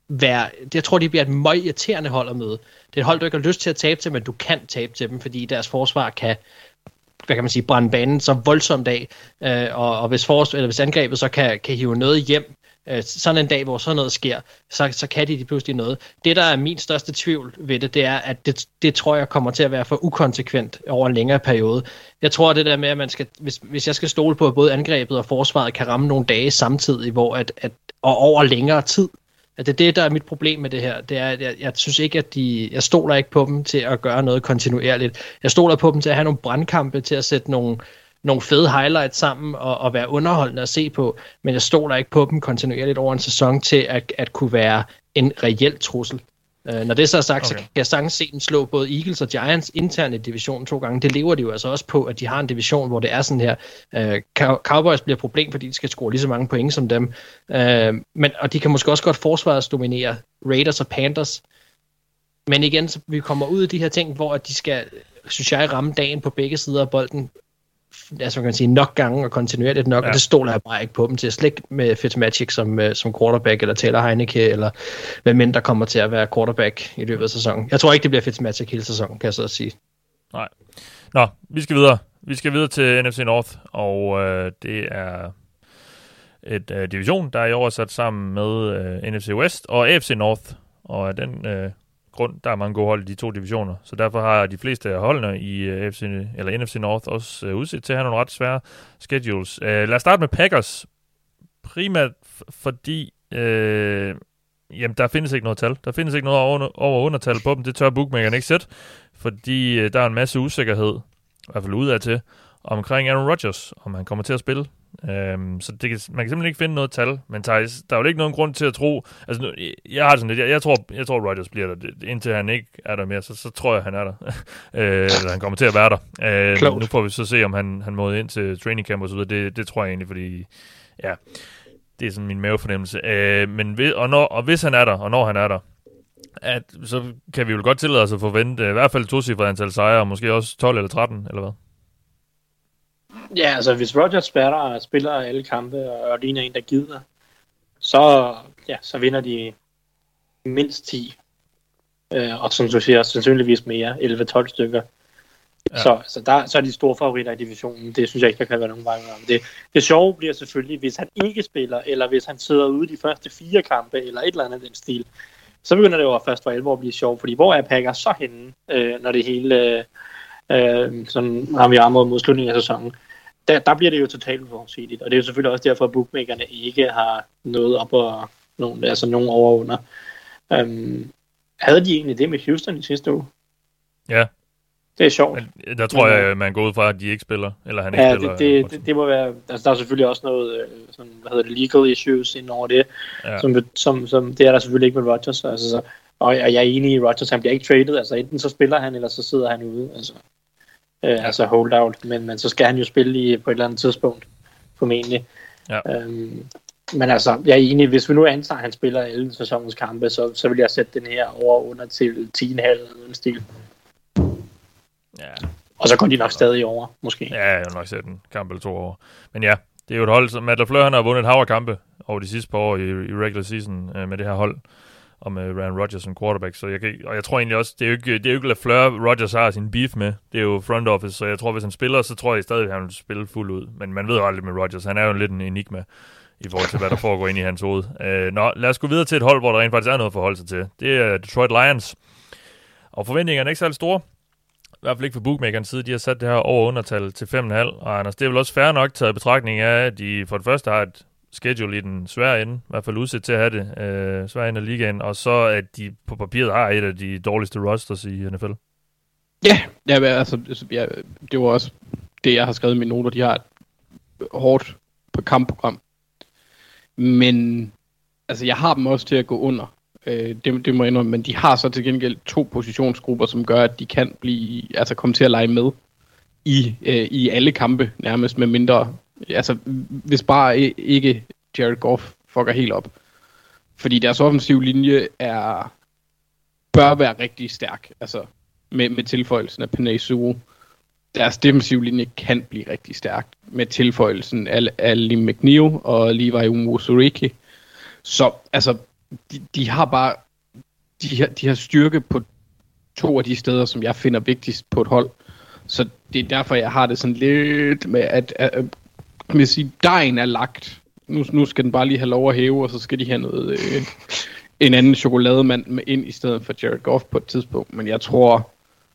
jeg tror, de bliver et meget irriterende hold at møde. Det er et hold, du ikke har lyst til at tabe til, men du kan tabe til dem, fordi deres forsvar kan, hvad kan man sige, brænde banen så voldsomt af, og hvis angrebet så kan hive noget hjem, sådan en dag, hvor sådan noget sker, så kan de pludselig noget. Det, der er min største tvivl ved det er, at det tror jeg kommer til at være for ukonsekvent over en længere periode. Jeg tror, det der med, at man skal, hvis jeg skal stole på, at både angrebet og forsvaret kan ramme nogle dage samtidig, og over længere tid, at det er det, der er mit problem med det her. Det er, at jeg synes ikke, at jeg stoler ikke på dem til at gøre noget kontinuerligt. Jeg stoler på dem til at have nogle brandkampe, til at sætte nogle fede highlights sammen og være underholdende at se på, men jeg stoler ikke på dem kontinuerligt over en sæson til at kunne være en reel trussel. Når det så er sagt, så kan jeg sagtens se dem slå både Eagles og Giants internt i divisionen 2 gange. Det lever de jo altså også på, at de har en division, hvor det er sådan her. Cowboys bliver et problem, fordi de skal score lige så mange point som dem. Og de kan måske også godt forsvarsdominere Raiders og Panthers. Men igen, så vi kommer ud af de her ting, hvor de skal, synes jeg, ramme dagen på begge sider af bolden. Altså man kan sige nok gange og kontinuerligt nok, og det stoler jeg bare ikke på dem til. Slet ikke med Fitzmagic som quarterback, eller Taylor Heineke, eller hvem end der kommer til at være quarterback i løbet af sæsonen. Jeg tror ikke, det bliver Fitzmagic hele sæsonen, kan jeg så sige. Nej. Nå, vi skal videre. Vi skal videre til NFC North, og det er et division, der er i år sat sammen med NFC West og AFC North, og af den grund, der er mange gode hold i de 2 divisioner, så derfor har de fleste af holdene i NFC North også udsigt til at have nogle ret svære schedules. Lad os starte med Packers, primært fordi der findes ikke noget tal. Der findes ikke noget over undertal på dem. Det tør bookmakerne ikke sætte, fordi der er en masse usikkerhed, i hvert fald udad til, omkring Aaron Rodgers, om han kommer til at spille. Så man kan simpelthen ikke finde noget tal, men der er jo ikke nogen grund til at tro, altså jeg har sådan lidt, jeg tror Rodgers bliver der, indtil han ikke er der mere, så tror jeg han er der, eller han kommer til at være der. Nu får vi så se, om han møder ind til training camp og så videre, det tror jeg egentlig, fordi ja, det er sådan min mavefornemmelse, men hvis han er der, og når han er der, så kan vi jo godt tillade os at forvente i hvert fald 2-cifret antal sejre, og måske også 12 eller 13, eller hvad? Ja, altså hvis Rodgers spiller alle kampe og ligner en, der gider, så vinder de mindst 10. Og som du siger, sandsynligvis mere, 11-12 stykker. Ja. Så er de store favoritter i divisionen. Det synes jeg ikke, der kan være nogen vej om. Det sjove bliver selvfølgelig, hvis han ikke spiller, eller hvis han sidder ude de første 4 kampe, eller et eller andet den stil. Så begynder det jo først for alvor at blive sjovt, fordi hvor er Packers så henne, når det hele sådan rammer i armod mod slutningen af sæsonen? Der bliver det jo totalt uforudsigeligt, og det er jo selvfølgelig også derfor, at bookmakerne ikke har noget op og nogen over under. Havde de egentlig det med Houston i sidste uge? Ja. Det er sjovt. Men der tror jeg, man går ud fra, at de ikke spiller, eller han ikke spiller. Det må være, altså der er selvfølgelig også noget, legal issues inden over det, som det er der selvfølgelig ikke med Rodgers. Altså, og jeg er enig i Rodgers, han bliver ikke traded, altså enten så spiller han, eller så sidder han ude, altså holdout, men så skal han jo spille på et eller andet tidspunkt, formentlig. Ja. Men altså, jeg er enig, hvis vi nu antager, at han spiller alle sæsonens kampe, så vil jeg sætte den her over under til 10,5 eller en stil. Ja. Og så går de nok stadig over, måske. Ja, jeg vil nok sætte en kamp eller 2 over. Men ja, det er jo et hold, som Matt LaFleur, han har vundet et hav af kampe over de sidste par år i regular season med det her hold, og med Aaron Rodgers som quarterback, så jeg tror egentlig også, det er jo ikke LaFleur, Rodgers har sin beef med, det er jo front office, så jeg tror, hvis han spiller, så tror jeg stadig, at han vil spille fuldt ud, men man ved jo aldrig med Rodgers, han er jo lidt en enigma i forhold til, hvad der foregår ind i hans hoved. Lad os gå videre til et hold, hvor der rent faktisk er noget at forholde sig til. Det er Detroit Lions, og forventningerne er ikke særlig store, i hvert fald ikke for bookmakernes side, de har sat det her over undertal til 5,5, og Anders, det er vel også fair nok taget i betragtning af, at de for det første har et schedule i den svære ende, i hvert fald udsat til at have det, svære ende af ligaen, og så at de på papiret har et af de dårligste rosters i NFL. Ja, det var også det, jeg har skrevet i mine noter. De har et hårdt kampprogram, men altså, jeg har dem også til at gå under. Det må jeg indrømme, men de har så til gengæld 2 positionsgrupper, som gør, at de kan komme til at lege med i alle kampe, nærmest med mindre, altså hvis bare ikke Jared Goff fucker helt op. Fordi deres offensive linje bør være rigtig stærk, altså med tilføjelsen af Penei Sewell. Deres defensive linje kan blive rigtig stærk med tilføjelsen af Lim McNeil og Levi Umwozurike. Så altså, de har bare de har styrke på 2 af de steder, som jeg finder vigtigst på et hold. Så det er derfor, jeg har det sådan lidt med, at kan sige, dejen er lagt. Nu skal den bare lige have lov at hæve, og så skal de have noget, en anden chokolademand med ind i stedet for Jared Goff på et tidspunkt. Men jeg tror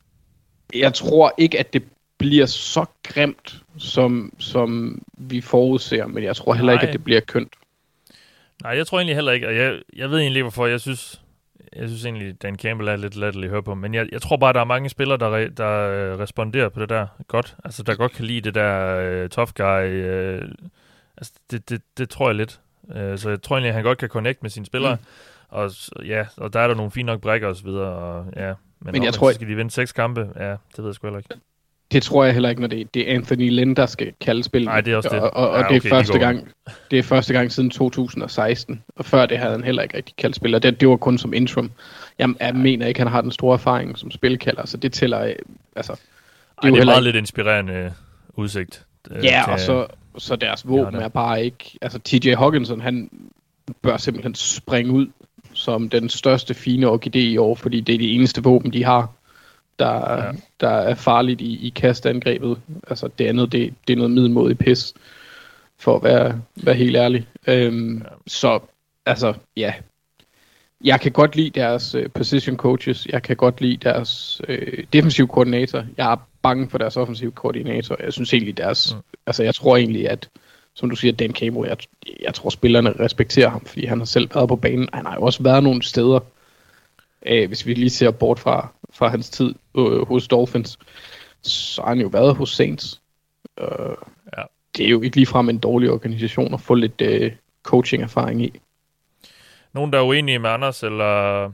ikke, at det bliver så grimt, som vi forudser, men jeg tror heller ikke, at det bliver kønt. Nej, jeg tror egentlig heller ikke, og jeg ved egentlig hvorfor. Jeg synes egentlig, Dan Campbell er lidt latterlig at høre på, men jeg tror bare, der er mange spillere, der responderer på det der godt. Altså, der godt kan lide det der tough guy. Altså, det tror jeg lidt. Så jeg tror egentlig, at han godt kan connect med sine spillere. Og der er der nogle fine nok brækker og så videre. Og, ja. Men jeg tror, skal de vinde 6 kampe? Ja, det ved jeg sgu heller ikke. Det tror jeg heller ikke, når det er Anthony Lynn, der skal kalde spillet. Nej, det er også det. Og ja, det er første gang siden 2016. Og før det havde han heller ikke rigtig kaldt spiller. Det var kun som interim. Jeg mener ikke, han har den store erfaring som spilkalder, så det tæller. Altså, det er meget lidt inspirerende udsigt. Ja, og så deres våben er bare ikke. Altså, TJ Hawkinson, han bør simpelthen springe ud som den største fine orkidé i år, fordi det er de eneste våben, de har, der er farligt i kastangrebet. Altså det andet, det er noget middelmådigt pis, for at være helt ærlig. Så altså, ja. Jeg kan godt lide deres position coaches. Jeg kan godt lide deres defensive koordinator. Jeg er bange for deres offensive koordinator. Jeg synes egentlig altså jeg tror egentlig, at som du siger, Dan Campbell, jeg tror spillerne respekterer ham, fordi han har selv været på banen. Han har jo også været nogle steder, hvis vi lige ser bort fra hans tid hos Dolphins, så har han jo været hos Saints. Det er jo ikke ligefrem en dårlig organisation at få lidt coaching-erfaring i. Nogen, der er uenige med Anders, eller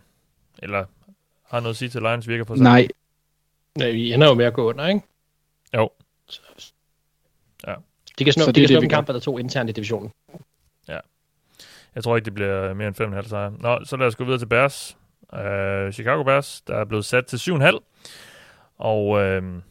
har noget at sige til Lions virker for sig? Nej, vi ender jo med at gå under, ikke? Jo. Ja. De kan snuppe en kamp eller 2 internt i divisionen. Ja. Jeg tror ikke, det bliver mere end 5,5 sejre. Nå, så lad os gå videre til Bears. Chicago Bears, der er blevet sat til 7,5. Og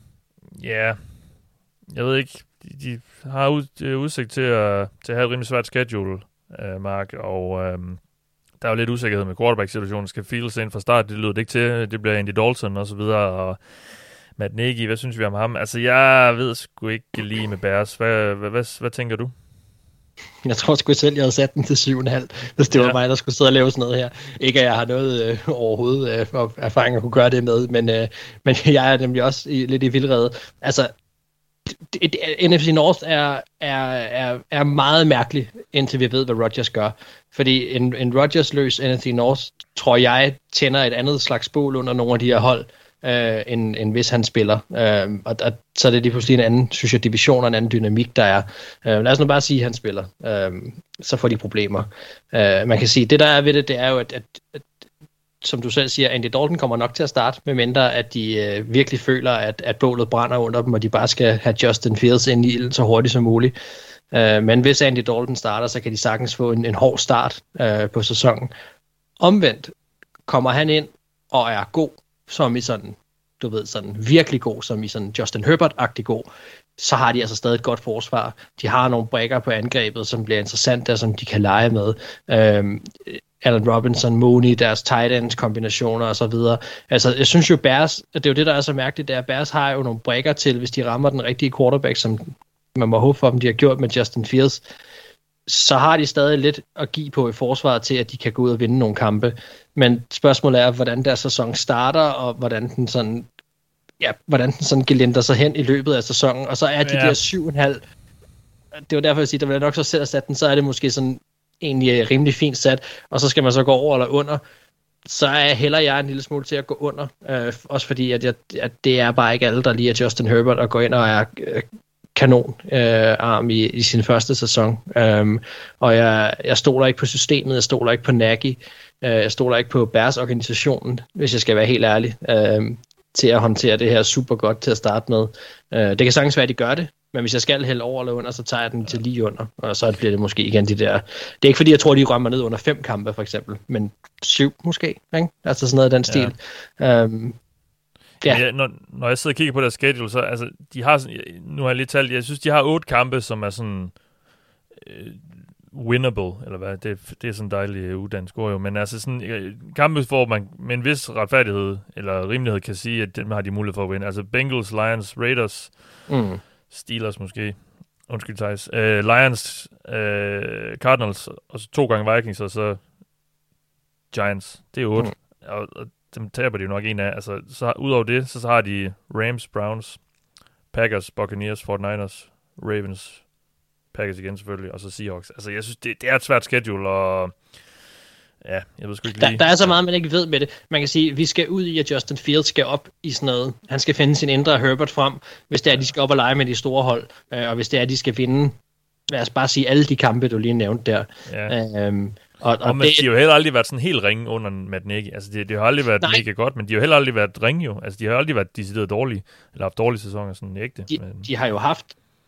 jeg ved ikke, de har udsigt til at have et rimelig svært schedule, Mark, og der er jo lidt usikkerhed med quarterback-situationen. Skal Fields ind fra start? Det lyder det ikke til. Det bliver Andy Dalton og så videre, og Matt Nagy, hvad synes vi om ham? Altså, jeg ved sgu ikke lige med Bears. Hvad tænker du? Jeg tror sgu selv, jeg havde sat den til 7,5, hvis det var mig, der skulle sidde og lave sådan noget her. Ikke at jeg har noget overhovedet erfaring at kunne gøre det med, men jeg er nemlig også lidt i vildrede. Altså, NFC North er meget mærkelig, indtil vi ved, hvad Rodgers gør. Fordi en Rodgers-løs NFC North, tror jeg, tænder et andet slags bål under nogle af de her hold, end hvis han spiller. Og så er det lige pludselig en anden, synes jeg, division og en anden dynamik, der er. Lad os nu bare sige, at han spiller. Så får de problemer. Man kan sige, det der er ved det, det er jo, at som du selv siger, Andy Dalton kommer nok til at starte, medmindre at de virkelig føler, at bålet brænder under dem, og de bare skal have Justin Fields ind i ilden så hurtigt som muligt. Men hvis Andy Dalton starter, så kan de sagtens få en hård start på sæsonen. Omvendt kommer han ind og er god, som i sådan, du ved, sådan virkelig god, som i sådan Justin Herbert-agtig god, så har de altså stadig et godt forsvar. De har nogle brækker på angrebet, som bliver interessante, som de kan lege med. Allen Robinson, Mooney, deres tight ends kombinationer og så videre. Altså, jeg synes jo Bears, det er jo det, der er så mærkeligt, det er, at Bears har jo nogle brækker til, hvis de rammer den rigtige quarterback, som man må håbe for dem, de har gjort med Justin Fields, så har de stadig lidt at give på i forsvaret til, at de kan gå ud og vinde nogle kampe. Men spørgsmålet er, hvordan deres sæson starter, og hvordan den sådan gelender sig hen i løbet af sæsonen. Og så er de der 7,5. Det var derfor, jeg siger, der vil jeg nok så selv have sat den, så er det måske sådan egentlig rimelig fint sat, og så skal man så gå over eller under. Så hælder jeg en lille smule til at gå under. Også fordi, at det er bare ikke alle, der lige er Justin Herbert og går ind og er kanonarm i sin første sæson. Og jeg stoler ikke på systemet, jeg stoler ikke på Nagy, jeg stoler ikke på Bears-organisationen, hvis jeg skal være helt ærlig, til at håndtere det her super godt til at starte med. Det kan sagtens være, at de gør det, men hvis jeg skal hælde over eller under, så tager jeg den til lige under, og så bliver det måske igen de der... Det er ikke fordi, jeg tror, de rømmer ned under 5 kampe, for eksempel, men 7 måske, ikke? Altså sådan noget af den stil. Ja. Når jeg sidder og kigger på deres schedule, så altså, de har, nu har jeg lige talt, jeg synes, de har 8 kampe, som er sådan winnable, eller hvad, det er sådan en dejlig uddansk ord jo, men altså sådan kampe, hvor man med en vis retfærdighed eller rimelighed kan sige, at dem har de mulighed for at vinde. Altså Bengals, Lions, Raiders, Steelers måske, undskyld Thijs, Lions, Cardinals, og så 2 gange Vikings, og så Giants. Det er 8, og dem taber de jo nok en af. Altså, så udover det, så har de Rams, Browns, Packers, Buccaneers, 49ers, Ravens, Packers igen selvfølgelig, og så Seahawks. Altså, jeg synes, det er et svært schedule, og ja, jeg ved sgu ikke lige. Der er så meget, man ikke ved med det. Man kan sige, at vi skal ud i, at Justin Fields skal op i sådan noget. Han skal finde sin indre Herbert frem, hvis det er, at de skal op og lege med de store hold, og hvis det er, at de skal vinde, lad os bare sige, alle de kampe, du lige nævnte der. Ja. Og de har jo heller aldrig været sådan helt ringe under Matt Nagy. Altså, det har aldrig været mega godt, men de har jo heller aldrig været ringe jo. Altså, de har aldrig været decideret dårlige, eller haft dårlige sæsoner, sådan ægte. De har jo haft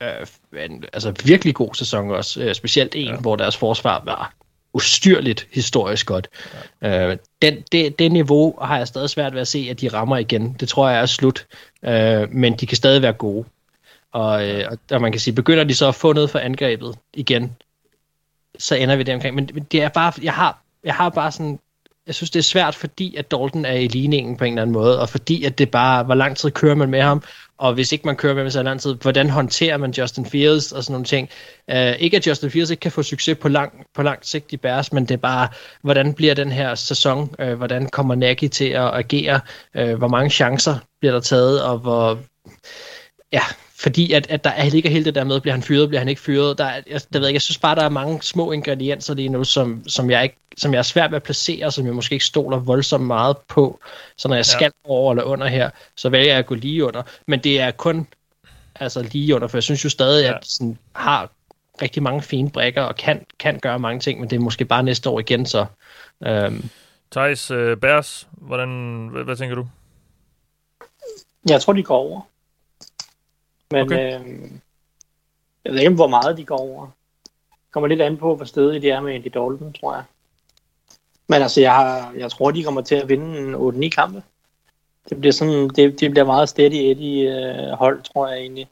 virkelig god sæson også, specielt hvor deres forsvar var ustyrligt historisk godt. Ja. Det niveau har jeg stadig svært ved at se, at de rammer igen. Det tror jeg er slut, men de kan stadig være gode. Og man kan sige, begynder de så at få noget for angrebet igen, så ender vi der omkring. Men det er bare, jeg har bare sådan, jeg synes det er svært, fordi at Dalton er i ligningen på en eller anden måde, og fordi at det bare, hvor lang tid kører man med ham, og hvis ikke man kører med så lang tid, hvordan håndterer man Justin Fields og sådan nogle ting. Ikke at Justin Fields ikke kan få succes på lang sigt i Bears, men det er bare, hvordan bliver den her sæson, hvordan kommer Nagy til at agere, hvor mange chancer bliver der taget, og hvor, ja, fordi at der ligger hele det der med, bliver han fyret, bliver han ikke fyret. Jeg synes bare, der er mange små ingredienser lige nu, som jeg er svært ved at placere, som jeg måske ikke stoler voldsomt meget på. Så når jeg skal over eller under her, så vælger jeg at gå lige under. Men det er kun altså lige under, for jeg synes jo stadig, at sådan, har rigtig mange fine brækker og kan gøre mange ting, men det er måske bare næste år igen. Så. Thijs, Bears, hvad tænker du? Jeg tror, de går over. Men okay. Jeg ved ikke, hvor meget de går over. Det kommer lidt an på, hvor stedige de er med Andy Dalton, tror jeg. Men altså, jeg tror, de kommer til at vinde 8-9 kampe. Det bliver sådan, det bliver meget steady Eddie hold, tror jeg egentlig.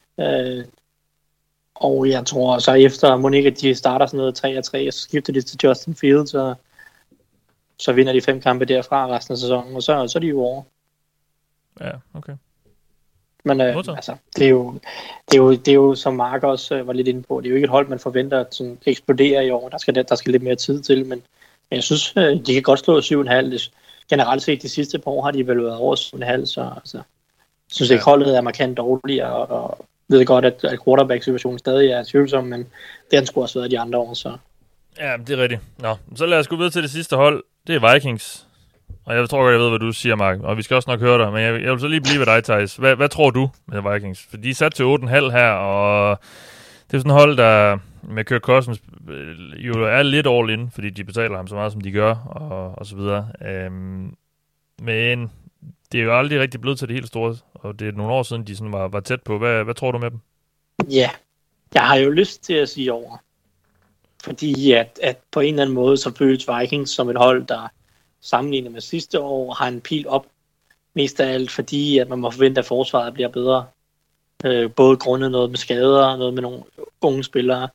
Og jeg tror så efter Monika, de starter sådan noget 3-3, og så skifter de til Justin Fields, og så vinder de 5 kampe derfra resten af sæsonen, og så er de jo over. Ja, okay. Men altså, det er jo som Mark også var lidt inde på, det er jo ikke et hold, man forventer at sådan eksplodere i år. Der skal lidt mere tid til, men jeg synes, de kan godt slå 7,5. Generelt set de sidste par år har de vel været over 7,5, så altså, jeg synes ikke, holdet er markant dårligere, og ved godt, at quarterback-situationen stadig er tvivlsom, men det har den sgu også været de andre år, så. Ja, det er rigtigt. Nå, så lad os gå videre til det sidste hold. Det er Vikings. Og jeg tror godt, jeg ved, hvad du siger, Mark. Og vi skal også nok høre dig. Men jeg vil så lige blive ved dig, Thijs. Hvad tror du med Vikings? For de er sat til 8,5 her, og det er sådan et hold, der med Kirk Cousins jo er lidt all in, fordi de betaler ham så meget, som de gør, og så videre. Men det er jo aldrig rigtig blevet til det helt store, og det er nogle år siden, de sådan var tæt på. Hvad tror du med dem? Ja, jeg har jo lyst til at sige over. Fordi at på en eller anden måde, så føles Vikings som et hold, der sammenlignet med sidste år, har en pil op. Mest af alt, fordi at man må forvente, at forsvaret bliver bedre. Både grundet noget med skader, og noget med nogle unge spillere.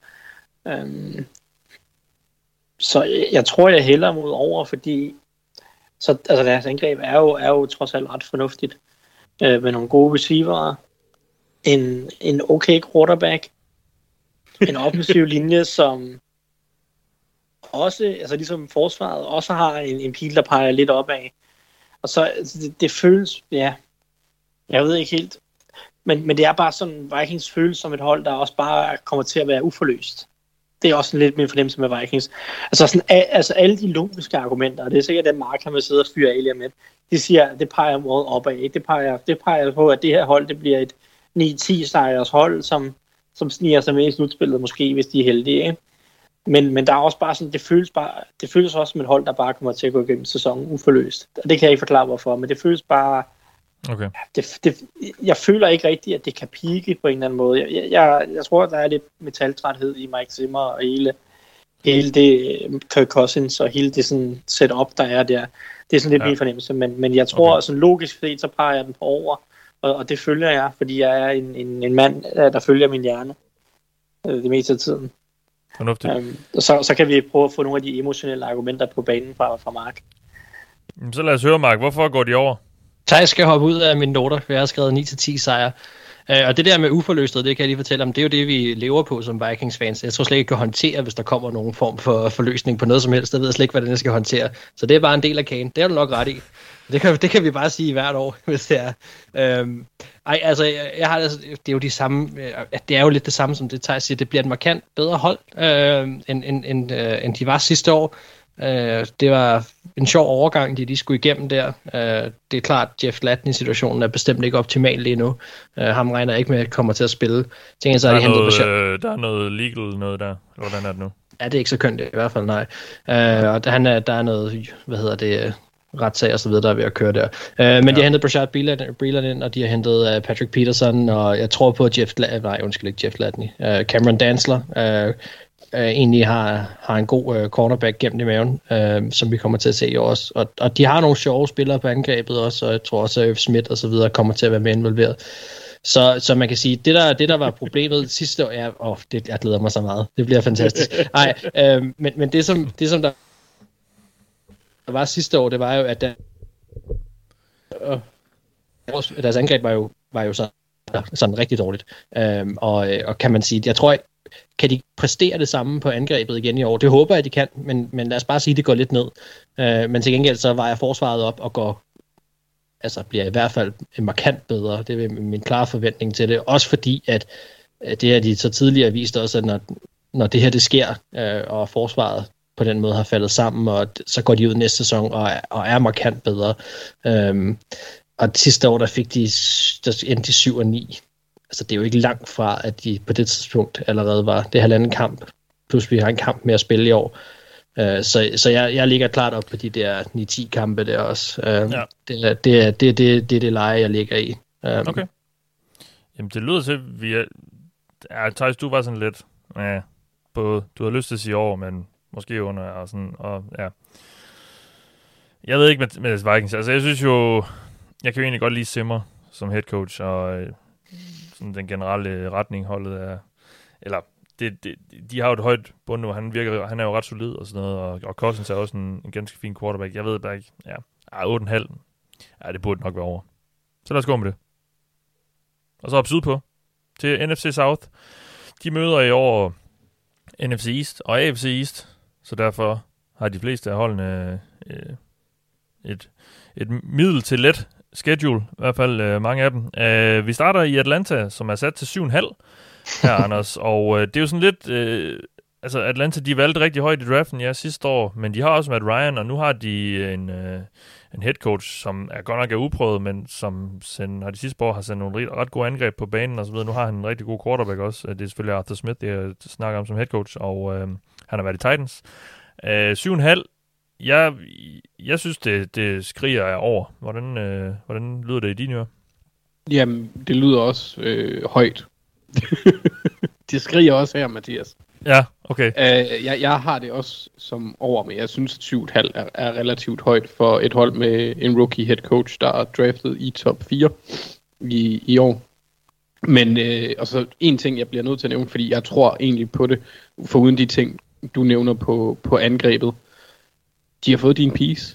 Så jeg tror, jeg hælder mod over, fordi så, altså deres angreb er jo trods alt ret fornuftigt. Med nogle gode receiver, en okay quarterback, en offensiv linje, som også, altså ligesom forsvaret, også har en pil, der peger lidt opad. Og så, det føles, ja, jeg ved ikke helt, men det er bare sådan, Vikings føles som et hold, der også bare kommer til at være uforløst. Det er også lidt min fornemmelse med Vikings. Altså, sådan, alle de logiske argumenter, og det er sikkert det, Mark har med sidde og fyre af med, de siger, det peger meget opad. Det peger på, at det her hold, det bliver et 9-10 sejrs hold, som sniger sig med i slutspillet, måske, hvis de er heldige, ikke? Men der er også bare sådan, det føles også som et hold, der bare kommer til at gå igennem sæsonen uforløst. Og det kan jeg ikke forklare hvorfor, men det føles bare. Okay. Jeg føler ikke rigtigt, at det kan pike på en eller anden måde. Jeg tror, der er lidt metaltræthed i Mike Zimmer og hele det Kirk Cousins og hele det sådan setup, der er der. Det er sådan lidt min fornemmelse, men jeg tror sådan logisk set, så peger jeg den på over, og det følger jeg, fordi jeg er en mand, der følger min hjerne det meste af tiden. Fornuftigt. Så kan vi prøve at få nogle af de emotionelle argumenter på banen fra Mark. Så lad os høre, Mark. Hvorfor går de over? Thijs skal hoppe ud af mine noter, for jeg har skrevet 9-10 sejre. Og det der med uforløstet, det kan jeg lige fortælle om, det er jo det, vi lever på som Vikings-fans. Jeg tror slet ikke, kan håndtere, hvis der kommer nogen form for forløsning på noget som helst. Jeg ved slet ikke, hvordan jeg skal håndtere. Så det er bare en del af kagen. Det er du nok ret i. Det kan vi bare sige hvert år, hvis det er. Jeg har det er jo de samme. Det er jo lidt det samme, som det Thijs siger. Det bliver et markant bedre hold, end de var sidste år. Det var en sjov overgang, de skulle igennem der. Det er klart, Jeff Gladney-situationen er bestemt ikke optimal lige nu. Ham regner jeg ikke med, at kommer til at spille. Der er noget legal noget der. Hvordan er det nu? Ja, det er ikke så kønt i hvert fald, nej. Og der er noget, retssag og så videre, der er ved at køre der. Men de har hentet Brashad Breeland ind, og de har hentet Patrick Peterson, og jeg tror på, at Jeff Gladney. Cameron Dantzler egentlig har en god cornerback gennem i maven, som vi kommer til at se i år også. Og de har nogle sjove spillere på angrebet også, og jeg tror også, at Irv Smith og så videre kommer til at være med involveret. Så man kan sige, det der var problemet sidste år, jeg glæder mig så meget. Det bliver fantastisk. Men det som der var sidste år, det var jo, at deres angreb var jo sådan rigtig dårligt. Og kan man sige, jeg tror, kan de præstere det samme på angrebet igen i år? Det håber jeg, de kan, men lad os bare sige, at det går lidt ned. Men til gengæld så vejer forsvaret op og bliver i hvert fald markant bedre. Det er min klare forventning til det. Også fordi, at det har de så tidligere vist også, at når det her det sker, og forsvaret på den måde har faldet sammen, og så går de ud næste sæson og er markant bedre. Og sidste år, der endte de 7-9. Altså, det er jo ikke langt fra, at de på det tidspunkt allerede var det halvanden kamp, plus vi har en kamp med at spille i år. Så jeg ligger klart op på de der 9-10 kampe der også. Det er det leje, jeg ligger i. Okay. Jamen, det lyder til, at vi er... Ja, Thijs, du var sådan lidt... Ja, både, du har lyst til at sige over, men måske under og sådan... Og, ja. Jeg ved ikke med Vikings. Altså, jeg synes jo... Jeg kan jo egentlig godt lide Zimmer som head coach, og sådan den generelle retning holdet er... Eller... De har jo et højt bund nu, han er jo ret solid og sådan noget, og Cousins er også en ganske fin quarterback. Jeg ved bare ikke, 8,5. Ja, det burde nok være over. Så lad os gå med det. Og så op sydpå til NFC South. De møder i år NFC East og AFC East, så derfor har de fleste af holdene et middel til let schedule, i hvert fald mange af dem. Vi starter i Atlanta, som er sat til 7,5. Her, Anders, og det er jo sådan lidt... Atlanta, de valgte rigtig højt i draften, sidste år, men de har også Matt Ryan, og nu har de en head coach, som er godt nok uprøvet, men som har de sidste år har sendt nogle ret gode angreb på banen og så videre. Nu har han en rigtig god quarterback også. Det er selvfølgelig Arthur Smith, det jeg snakker om som head coach, og han har været i Titans. 7,5. Jeg synes, det skriger af over. Hvordan lyder det i dine ører? Jamen, det lyder også højt. Det skriger også her, Mathias. Ja, okay. Jeg har det også som over, men jeg synes, at 7,5 er relativt højt for et hold med en rookie head coach, der er draftet i top 4 i år. Men og så en ting, jeg bliver nødt til at nævne, fordi jeg tror egentlig på det, foruden de ting, du nævner på angrebet. De har fået din piece,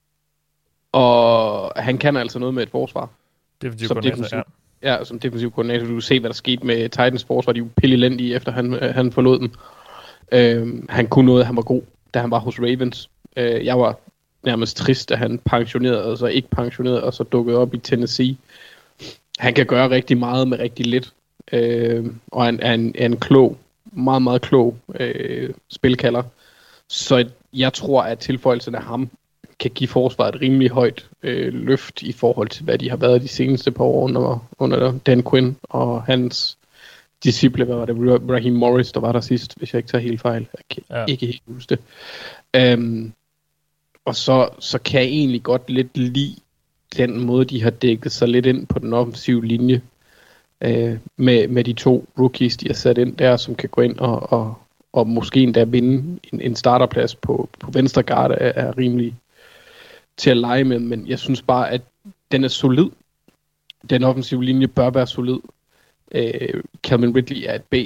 og han kan altså noget med et forsvar. Definitivt koordinator, ja, som defensiv koordinator. Du kan se, hvad der skete med Titans forsvar. De var pillelendige, efter han forlod dem. Han kunne noget, han var god, da han var hos Ravens. Jeg var nærmest trist, da han pensionerede, og så ikke pensionerede, og så dukkede op i Tennessee. Han kan gøre rigtig meget med rigtig lidt. Og han er en klog, meget, meget klog spilkalder. Så jeg tror, at tilføjelsen af ham kan give forsvaret et rimelig højt løft i forhold til, hvad de har været de seneste par år under Dan Quinn og hans disciple, hvad var det, Raheem Morris, der var der sidst, hvis jeg ikke tager helt fejl. Jeg kan ikke helt huske det. Og så kan jeg egentlig godt lidt lide den måde, de har dækket sig lidt ind på den offensive linje med de to rookies, de har sat ind der, som kan gå ind og måske endda vinde en starterplads på venstre guard er rimelig til at lege med, men jeg synes bare, at den er solid. Den offensive linje bør være solid. Calvin Ridley er et based.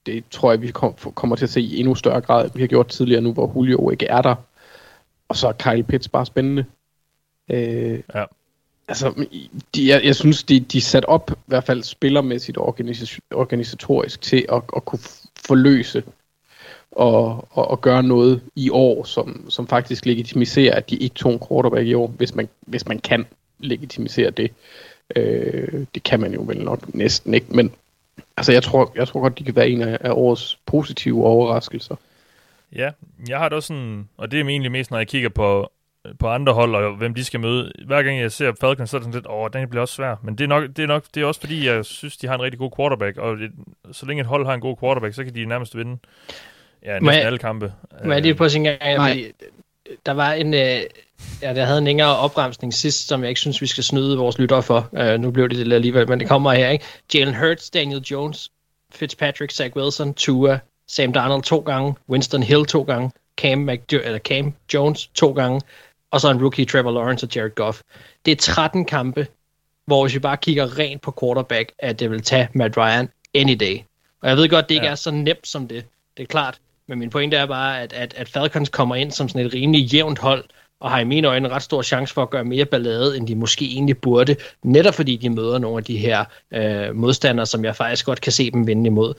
det tror jeg, vi kommer til at se i endnu større grad, vi har gjort tidligere nu, hvor Julio ikke er der. Og så er Kyle Pitts bare spændende. Ja. Altså, jeg synes, de er sat op, i hvert fald spillermæssigt og organisatorisk, til at kunne forløse og gøre noget i år, som faktisk legitimiserer, at de ikke tog en quarterback i år, hvis man kan legitimisere det. Det kan man jo vel nok næsten ikke, men altså, jeg tror godt, de kan være en af årets positive overraskelser. Ja, jeg har det også sådan, og det er egentlig mest, når jeg kigger på andre hold, og hvem de skal møde. Hver gang jeg ser Falcons, så er det sådan lidt, den bliver også svær. Men det er også fordi, jeg synes, de har en rigtig god quarterback, og så længe et hold har en god quarterback, så kan de nærmest vinde næsten alle kampe. Men er det på sin gang, fordi der var der havde en længere opremsning sidst, som jeg ikke synes, vi skal snyde vores lyttere for. Nu blev det alligevel, men det kommer her, ikke? Jalen Hurts, Daniel Jones, Fitzpatrick, Zach Wilson, Tua, Sam Darnold 2 gange, Winston Hill 2 gange, Cam Jones 2 gange, og så en rookie, Trevor Lawrence og Jared Goff. Det er 13 kampe, hvor hvis vi bare kigger rent på quarterback, at det vil tage Matt Ryan any day. Og jeg ved godt, det ikke er så nemt som det. Det er klart. Men min pointe er bare, at Falcons kommer ind som sådan et rimelig jævnt hold, og har i mine øjne en ret stor chance for at gøre mere ballade, end de måske egentlig burde, netop fordi de møder nogle af de her modstandere, som jeg faktisk godt kan se dem vinde imod.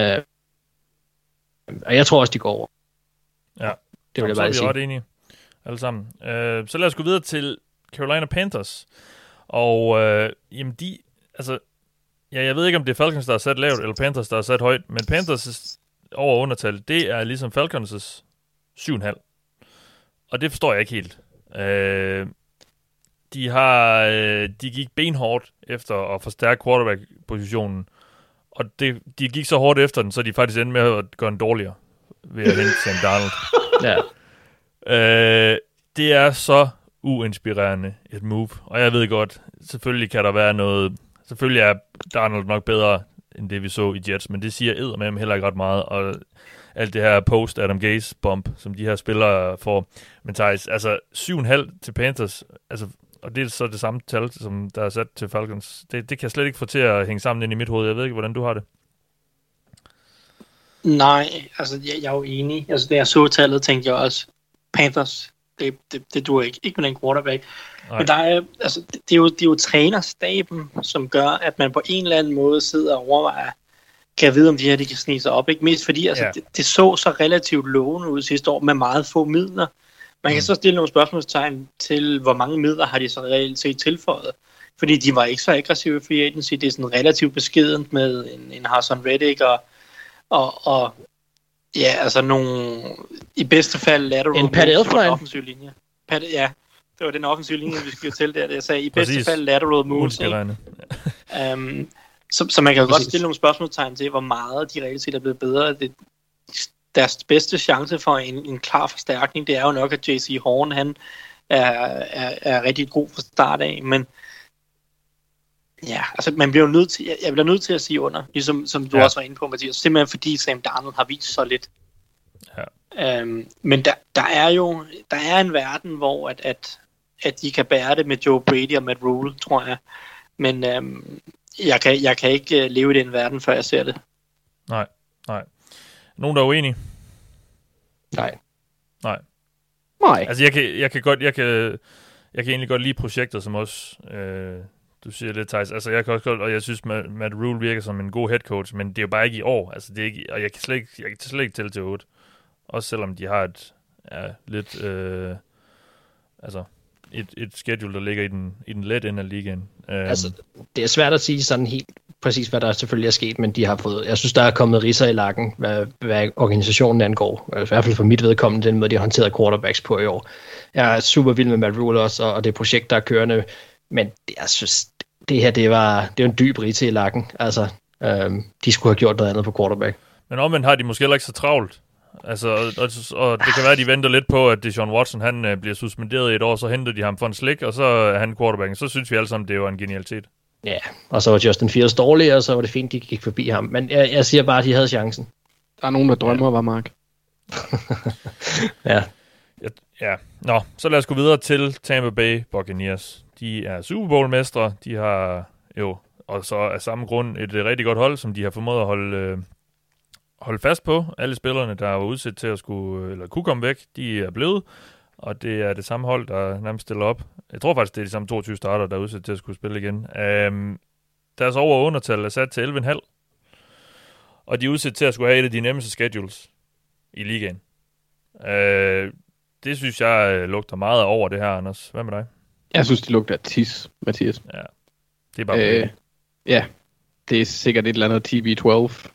Og jeg tror også, de går over. Ja, det vil jeg bare sige. Så er vi ret enige alle sammen. Så lad os gå videre til Carolina Panthers. Og jamen jeg ved ikke, om det er Falcons, der er sat lavt, eller Panthers, der er sat højt, men Panthers over- og undertal, det er ligesom Falcons' 7,5. Og det forstår jeg ikke helt. De gik benhårdt efter at forstærke quarterback-positionen, og de gik så hårdt efter den, så de faktisk endte med at gøre den dårligere ved at hente Sam Darnold. Ja. Det er så uinspirerende et move, og jeg ved godt, selvfølgelig kan der være noget, selvfølgelig er Darnold nok bedre end det vi så i Jets, men det siger eddermame heller ikke ret meget, og alt det her post-Adam Gase-bump, som de her spillere får. Men Thijs, altså 7,5 til Panthers, altså, og det er så det samme tal, som der er sat til Falcons. Det kan jeg slet ikke få til at hænge sammen ind i mit hoved. Jeg ved ikke, hvordan du har det. Nej, altså jeg er jo enig. Altså da jeg så tallet, tænkte jeg også, Panthers, det duer ikke. Ikke med den quarterback. Nej. Men der er, altså, det er jo trænerstaben, som gør, at man på en eller anden måde sidder og overvejer, kan jeg vide, om de her de kan snige sig op. Ikke mest fordi det så relativt lovende ud sidste år med meget få midler. Man kan så stille nogle spørgsmålstegn til, hvor mange midler har de så reelt set tilføjet. Fordi de var ikke så aggressive i free agency. Det er sådan relativt beskedent med en Haason Reddick og ja, altså nogle i bedste fald lateral en Pat Elflein offensiv linje. Ja, det var den offensive linje, vi skulle til der. Jeg sagde i bedste fald lateral moves. Så man kan jo godt stille nogle spørgsmålstegn til, hvor meget de reelt set er blevet bedre. Deres bedste chance for en klar forstærkning, det er jo nok, at J.C. Horn, han er rigtig god fra start af, men ja, altså man bliver jo nødt til, jeg bliver nødt til at sige under, ligesom som du også var inde på, Mathias, simpelthen fordi Sam Darnold har vist så lidt. Ja. Men der er en verden, hvor at de kan bære det med Joe Brady og Matt Rule, tror jeg. Men jeg kan ikke leve i den verden, før jeg ser det. Nej. Nogen, der er uenige? Nej. Altså, jeg kan egentlig godt lide projekter, som også, du siger lidt, Thijs. Altså, jeg kan også godt, og jeg synes, Matt Rule virker som en god head coach, men det er jo bare ikke i år. Altså, det er ikke, og jeg kan slet ikke tælle til 8. Også selvom de har et schedule, der ligger i den let ende af ligaen. Altså, det er svært at sige sådan helt præcis, hvad der selvfølgelig er sket, men de har fået, jeg synes, der er kommet ridser i lakken, hvad organisationen angår. I hvert fald for mit vedkommende, den måde, de har håndteret quarterbacks på i år. Jeg er super vild med Matt Rule også, og det projekt, der er kørende, men jeg synes, det her, det er jo en dyb ridse i lakken. Altså, de skulle have gjort noget andet på quarterback. Men omvendt har de måske heller ikke så travlt. Altså, og det kan være, at de venter lidt på, at Deshaun Watson han bliver suspenderet i et år, så henter de ham for en slik, og så er han quarterbacken. Så synes vi alle sammen, det var en genialitet. Ja, og så var Justin Fields dårlig, og så var det fint, de gik forbi ham. Men jeg siger bare, at de havde chancen. Der er nogen, der drømmer, var Mark. Ja. Nå, så lad os gå videre til Tampa Bay Buccaneers. De er Super Bowl-mestre. De har jo, og så af samme grund, et rigtig godt hold, som de har formået at holde holde fast på. Alle spillerne, der var udsat til at kunne komme væk, de er blevet. Og det er det samme hold, der nærmest stiller op. Jeg tror faktisk, det er de samme 22 starter, der er udsat til at skulle spille igen. Deres over- og undertal er sat til 11,5. Og de er udsat til at skulle have et af de nemmeste schedules i ligaen. Det synes jeg lugter meget over det her, Anders. Hvad med dig? Jeg synes, det lugter af tis, Mathias. Ja, det er bare ja, det er sikkert et eller andet TB12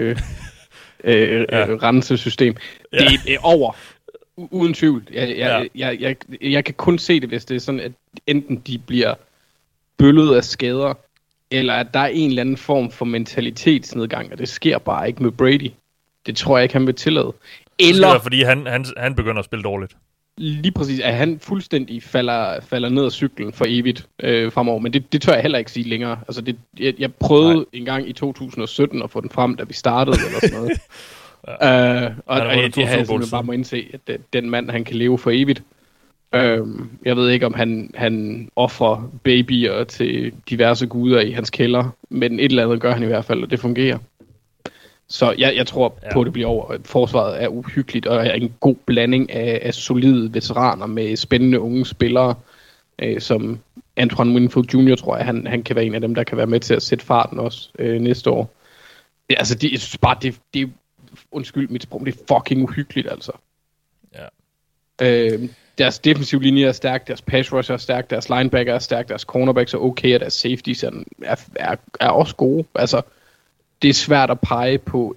rensesystem. Ja. Det er over. Uden tvivl. Jeg kan kun se det, hvis det er sådan, at enten de bliver bøllet af skader, eller at der er en eller anden form for mentalitetsnedgang, og det sker bare ikke med Brady. Det tror jeg ikke, han vil tillade. Eller fordi han begynder at spille dårligt. Lige præcis, at han fuldstændig falder ned af cyklen for evigt fremover, men det tør jeg heller ikke sige længere. Altså jeg prøvede en gang i 2017 at få den frem, da vi startede, eller sådan noget. Og jeg havde simpelthen bare må indse, at den mand, han kan leve for evigt. Jeg ved ikke, om han offrer babyer til diverse guder i hans kælder, men et eller andet gør han i hvert fald, og det fungerer. Så jeg tror på, at det bliver over. Forsvaret er uhyggeligt, og er en god blanding af solide veteraner med spændende unge spillere, som Antoine Winfield Jr., tror jeg, han kan være en af dem, der kan være med til at sætte farten også næste år. Altså, jeg synes bare, det undskyld mit sprog, det er fucking uhyggeligt, altså. Ja. Deres defensive linje er stærk, deres pass rush er stærk, deres linebacker er stærk, deres cornerbacks er okay, og deres safeties er også gode. Altså, det er svært at pege på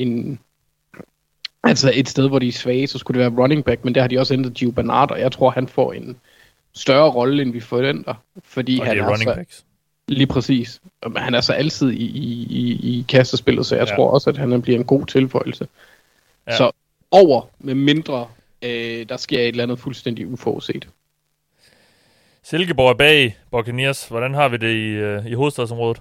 altså et sted, hvor de er svage, så skulle det være running back, men der har de også hentet Gio Bernard, og jeg tror, han får en større rolle, end vi forventer. Fordi og han det er running backs. Lige præcis. Men han er så altid i kastespillet, så jeg tror også, at han bliver en god tilføjelse. Ja. Så over med mindre, der sker et eller andet fuldstændig uforudset. Silkeborg er bag Buccaneers. Hvordan har vi det i hovedstadsområdet?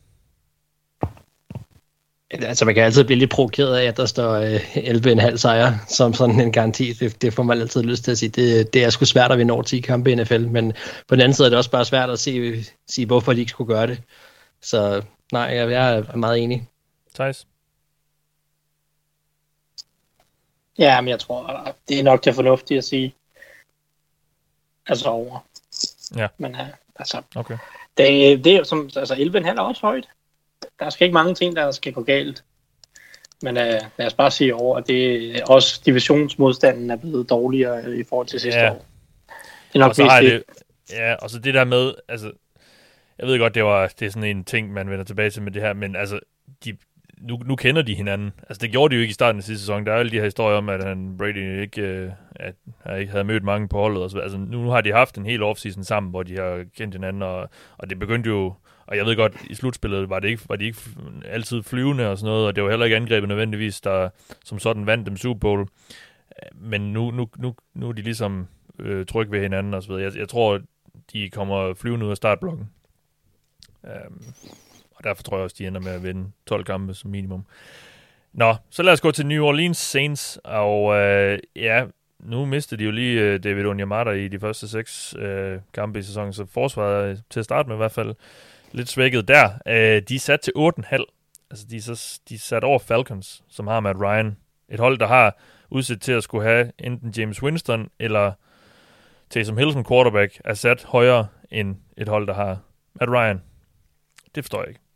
Altså, man kan altid blive lidt provokeret af, at der står 11,5 sejre som sådan en garanti. Det får man altid lyst til at sige. Det er sgu svært, at vi når 10 kampe i NFL, men på den anden side er det også bare svært at sige hvorfor de ikke skulle gøre det. Så nej, jeg er meget enig. Thijs? Ja, men jeg tror, det er nok det fornuftige at sige. Altså over. Ja. Men altså, okay. Det er som, altså 11,5 er også højt. Der skal ikke mange ting, der skal gå galt. Men lad os bare sige over, at det også divisionsmodstanden er blevet dårligere i forhold til sidste år. Det er nok mest det. Ja, og så det der med, altså, jeg ved godt, det er sådan en ting, man vender tilbage til med det her, men altså, nu kender de hinanden. Altså, det gjorde de jo ikke i starten af sidste sæson. Der er jo alle de her historier om, at Brady ikke havde mødt mange på holdet. Og så. Altså, nu har de haft en hel offseason sammen, hvor de har kendt hinanden, og det begyndte jo. Og jeg ved godt, i slutspillet var de ikke altid flyvende og sådan noget, og det var heller ikke angrebet nødvendigvis, der som sådan vandt dem Super Bowl. Men nu er de ligesom trygge ved hinanden og så videre. Jeg tror, de kommer flyvende ud af startblokken. Og derfor tror jeg også, de ender med at vinde 12 kampe som minimum. Nå, så lad os gå til New Orleans Saints, og nu mistede de jo lige David Onyemata i de første 6 kampe i sæsonen, så forsvaret til at starte med i hvert fald lidt svækket der. De er sat til 8,5. Altså, de er sat over Falcons, som har Matt Ryan. Et hold, der har udsigt til at skulle have enten James Winston eller Taysom Hill som quarterback, er sat højere end et hold, der har Matt Ryan. Det forstår jeg ikke.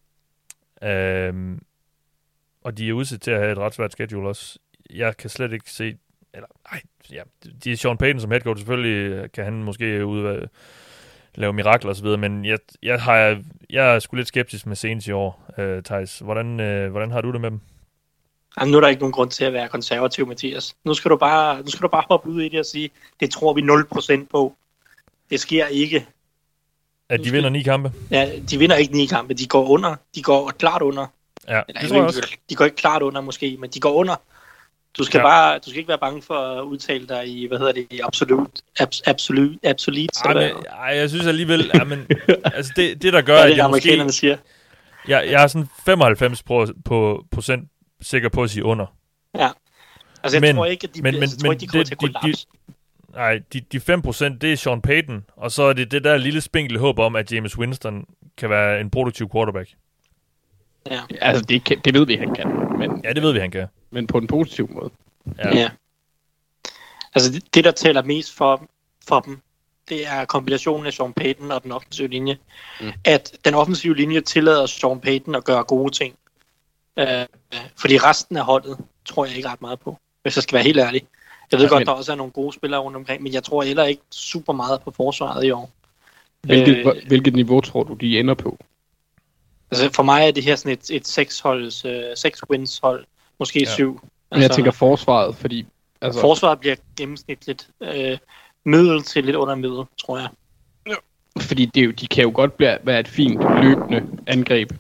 Og de er udsigt til at have et ret svært schedule også. Jeg kan slet ikke se... de er Sean Payton som head coach. Selvfølgelig kan han måske lave mirakler og så videre, men jeg er sgu lidt skeptisk med Saints i år, Thijs. Hvordan har du det med dem? Jamen, nu er der ikke nogen grund til at være konservativ, Mathias. Nu skal du bare hoppe ud i det og sige, det tror vi 0% på. Det sker ikke. At de vinder 9 kampe? Ja, de vinder ikke 9 kampe. De går under. De går klart under. Ja, det tror jeg også. De går ikke klart under måske, men de går under. Du skal ikke være bange for at udtale dig i, i absolut. Jeg synes alligevel, altså det der gør, at jeg måske siger. Jeg er sådan 95% sikker på at sige under. Ja. Altså jeg tror ikke, at de kommer til at kollapse. Nej, de 5%, det er Sean Payton, og så er det der lille spinkle håb om, at James Winston kan være en produktiv quarterback. Ja. Altså, det ved vi, han kan. Men, ja, det ved vi, han kan. Men på en positiv måde. Ja. Altså, det der tæller mest for dem, det er kombinationen af Sean Payton og den offensive linje. At den offensive linje tillader Sean Payton at gøre gode ting. Fordi resten af holdet tror jeg ikke ret meget på, hvis jeg skal være helt ærlig. Jeg ved godt, der også er nogle gode spillere rundt omkring, men jeg tror heller ikke super meget på forsvaret i år. Hvilket niveau tror du, de ender på? Altså for mig er det her sådan et 6-wins hold, måske 7. Men jeg tænker forsvaret, fordi... Altså, forsvaret bliver gennemsnitligt middel til lidt under middel, tror jeg. Ja. Fordi de kan jo godt være et fint løbende angreb.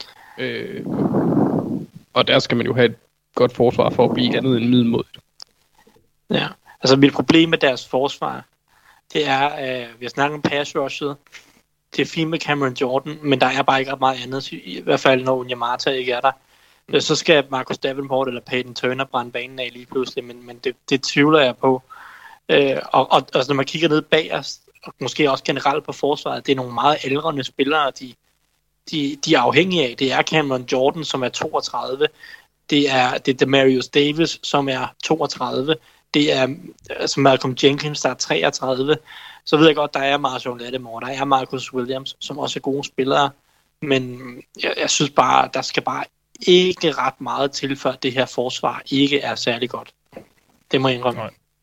Og der skal man jo have et godt forsvar for at blive andet end middelmådigt. Ja, altså mit problem med deres forsvar, det er, vi har snakket om pass rushet, det er fint med Cameron Jordan, men der er bare ikke ret meget andet, i hvert fald når Onyemata ikke er der. Så skal Marcus Davenport eller Peyton Turner brænde banen af lige pludselig, men det tvivler jeg på. Og når man kigger ned bag os, og måske også generelt på forsvaret, det er nogle meget ældrende spillere, de er afhængige af. Det er Cameron Jordan, som er 32. Det er Demarius Davis, som er 32. Det er altså Malcolm Jenkins, der er 33. Så ved jeg godt, der er Marshall Lattimore, der er Marcus Williams, som også er gode spillere. Men jeg synes bare, der skal bare ikke ret meget til, før det her forsvar ikke er særlig godt. Det må jeg indrømme.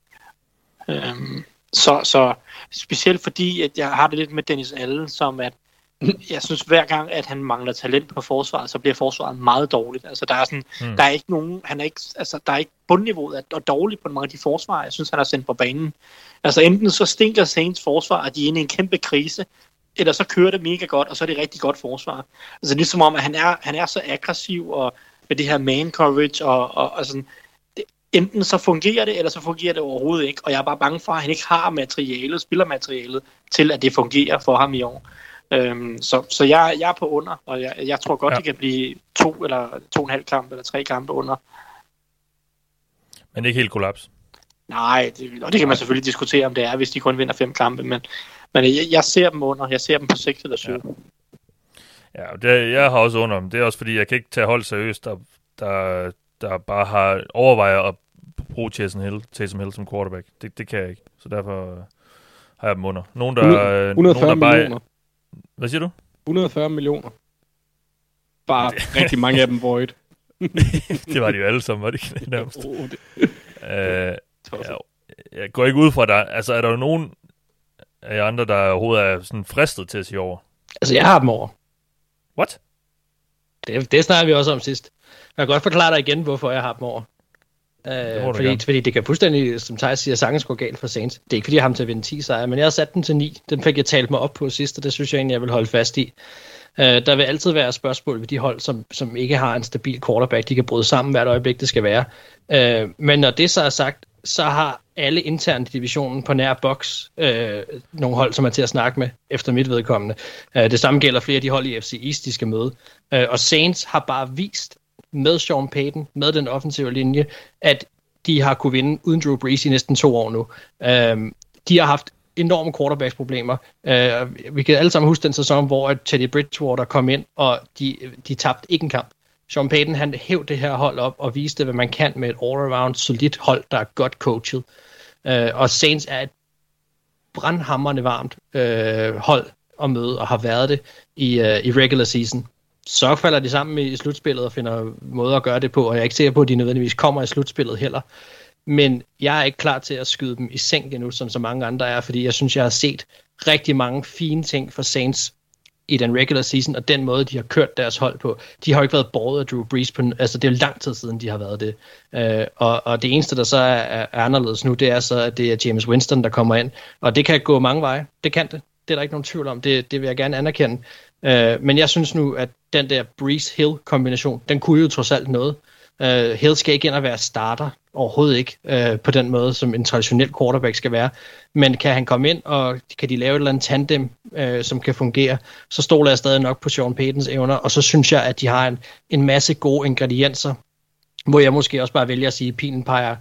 Så specielt fordi, at jeg har det lidt med Dennis Allen, som at jeg synes hver gang, at han mangler talent på forsvaret, så bliver forsvaret meget dårligt. Altså der er sådan, der er ikke nogen, der er ikke bundniveauet er dårligt på mange af de forsvar, jeg synes, han har sendt på banen. Altså enten så stinker Saints forsvar, at de er inde i en kæmpe krise, eller så kører det mega godt, og så er det rigtig godt forsvar. Altså ligesom om, at han er så aggressiv, og med det her man coverage, og sådan, enten så fungerer det, eller så fungerer det overhovedet ikke, og jeg er bare bange for, at han ikke har spillermaterialet, til at det fungerer for ham i år. Så jeg er på under, og jeg tror godt, det kan blive 2 eller 2,5 kampe, eller 3 kampe under. Men ikke helt kollaps? Nej, det kan man selvfølgelig diskutere, om det er, hvis de kun vinder 5 kampe, men jeg ser dem under. Jeg ser dem på 6 eller 7. Ja, jeg har også under dem. Det er også fordi, jeg kan ikke tage hold seriøst, der bare har overvejet at bruge Taysom Hill som quarterback. Det kan jeg ikke. Så derfor har jeg dem under. Nogen, der 140 millioner. Hvad siger du? 140 millioner. Bare rigtig mange af dem void. Det var de jo alle sammen, var det ikke nærmest? Jeg går ikke ud fra dig. Altså, er der jo nogen af jer andre, der overhovedet er sådan fristet til at sige over? Altså, jeg har dem over. What? Det snakker vi også om sidst. Jeg kan godt forklare dig igen, hvorfor jeg har dem over. Fordi det kan fuldstændig, som Thijs siger, sagtens gå galt for Saints. Det er ikke fordi, jeg har ham til at vinde 10 sejre, men jeg har sat den til 9. Den fik jeg talt mig op på sidst, og det synes jeg egentlig, jeg vil holde fast i. Der vil altid være spørgsmål ved de hold, som ikke har en stabil quarterback. De kan bryde sammen hvert øjeblik, det skal være. Men når det så er sagt, så har alle internt i divisionen på nær box nogle hold, som er til at snakke med, efter mit vedkommende. Det samme gælder flere af de hold i FC East, de skal møde. Og Saints har bare vist med Sean Payton, med den offensive linje, at de har kunne vinde uden Drew Brees i næsten 2 år nu. De har haft enorme quarterback-problemer. Vi kan alle sammen huske den sæson, hvor Teddy Bridgewater kom ind, og de tabte ikke en kamp. Sean Payton, han hævde det her hold op og viste, hvad man kan med et all-around solidt hold, der er godt coachet. Og Saints er et brandhamrende varmt hold at møde, og har været det i regular season. Så falder de sammen i slutspillet og finder måder at gøre det på, og jeg er ikke sikker på, at de nødvendigvis kommer i slutspillet heller. Men jeg er ikke klar til at skyde dem i sænk endnu, som så mange andre er, fordi jeg synes, jeg har set rigtig mange fine ting for Saints i den regular season, og den måde, de har kørt deres hold på. De har jo ikke været båret af Drew Brees altså det er jo lang tid siden, de har været det. Og det eneste, der så er anderledes nu, det er så, at det er James Winston, der kommer ind, og det kan gå mange veje. Det kan det. Det er der ikke nogen tvivl om. Det vil jeg gerne anerkende. Men jeg synes nu, at den der Brees-Hill-kombination, den kunne jo trods alt noget. Hill skal ikke ind og være starter, overhovedet ikke, på den måde, som en traditionel quarterback skal være. Men kan han komme ind, og kan de lave et eller andet tandem, som kan fungere, så stoler jeg stadig nok på Sean Paytons evner, og så synes jeg, at de har en masse gode ingredienser, hvor jeg måske også bare vælger at sige, at pilen peger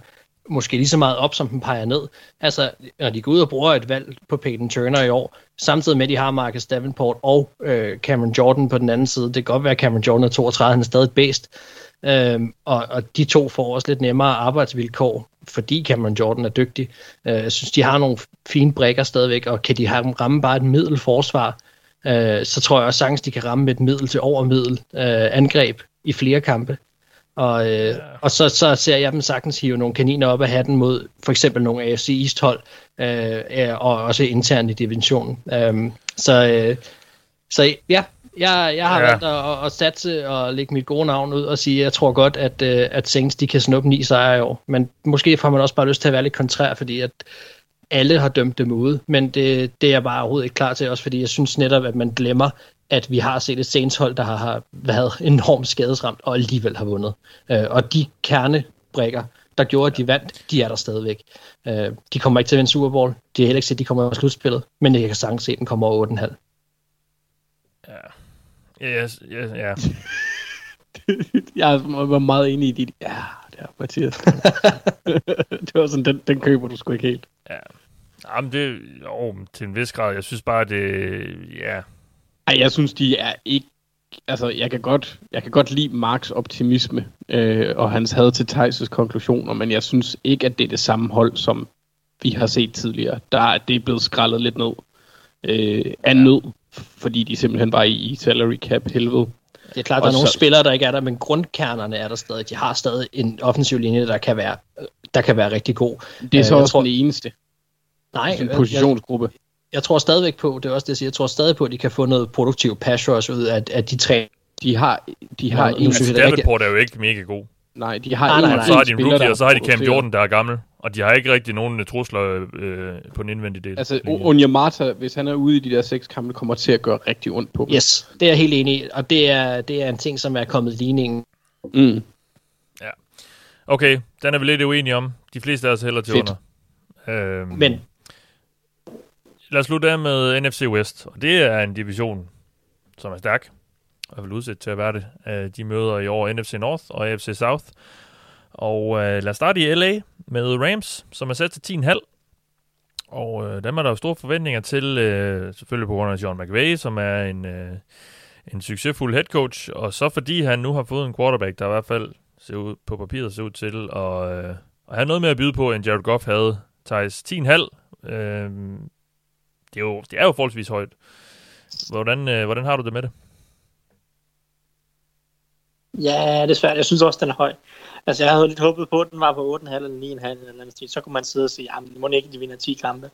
måske lige så meget op, som den peger ned. Altså, når de går ud og bruger et valg på Peyton Turner i år, samtidig med, at de har Marcus Davenport og Cameron Jordan på den anden side. Det kan godt være, at Cameron Jordan er 32, han er stadig bedst. Og de to får også lidt nemmere arbejdsvilkår, fordi Cameron Jordan er dygtig. Jeg synes, de har nogle fine brækker stadigvæk, og kan de ramme bare et middelforsvar, så tror jeg også sagtens, de kan ramme et middel til overmiddel angreb i flere kampe. Og så ser jeg dem sagtens hive nogle kaniner op af hatten mod for eksempel nogle AFC East hold, og også internt i divisionen. Så ja, jeg har valgt at satse og lægge mit gode navn ud og sige, at jeg tror godt, at Saints de kan snuppe 9 sejre i år. Men måske får man også bare lyst til at være lidt kontrær, fordi at alle har dømt dem ude. Men det er jeg bare overhovedet ikke klar til, også fordi jeg synes netop, at man glemmer, at vi har set et Saints-hold, der har været enormt skadesramt og alligevel har vundet. Og de kernebrikker, der gjorde, at de vandt, de er der stadigvæk. De kommer ikke til at vinde Super Bowl. De har heller ikke set, at de kommer over slutspillet. Men jeg kan sagtens se, at den kommer over 8,5. Ja. Jeg var meget enig i dit. Ja, det er Mathias. Det var sådan, den køber du sgu ikke helt. Ja. Jamen det, til en vis grad. Jeg synes bare, Ej, jeg synes, de er ikke... Altså, jeg kan godt lide Marks optimisme og hans had til Theis' konklusioner, men jeg synes ikke, at det er det samme hold, som vi har set tidligere. Det er blevet skrællet lidt ned. Af nød, fordi de simpelthen var i salary cap helvede. Det er klart, der er nogle spillere, der ikke er der, men grundkernerne er der stadig. De har stadig en offensiv linje, der kan være rigtig god. Det er så også den eneste. Nej, en positionsgruppe. Jeg tror stadigvæk på, det er også det, jeg siger, jeg tror stadig på, at de kan få noget produktiv pass rush ud af de tre. De har en... Davenport er jo ikke mega god. Nej, de har så har de en rookie, og så har de Cam Jordan, der er gammel. Og de har ikke rigtig nogen trusler på den indvendige del. Altså, Onyemata, hvis han er ude i de der 6 kampe, kommer til at gøre rigtig ondt på dem. Yes, det er jeg helt enig i. Og det er en ting, som er kommet i ligningen. Mm. Ja. Okay, den er vi lidt uenige om. De fleste af os hælder til under. Men lad os slutte af med NFC West. Og det er en division, som er stærk. Og vil udsætte til at være det. De møder i år NFC North og AFC South. Og lad os starte i LA med Rams, som er sat til 10,5. Og dem er der jo store forventninger til, selvfølgelig på grund af John McVay, som er en succesfuld head coach. Og så fordi han nu har fået en quarterback, der i hvert fald ser ud på papiret ser ud til at have noget mere at byde på, end Jared Goff havde. Theis 10,5. Det er jo forholdsvis højt. Hvordan har du det med det? Ja, det er svært. Jeg synes også, den er høj. Altså, jeg havde lidt håbet på, at den var på 8,5 eller 9,5 eller andet sted. Så kunne man sidde og sige, jamen, må ikke, de vinder 10 kampe.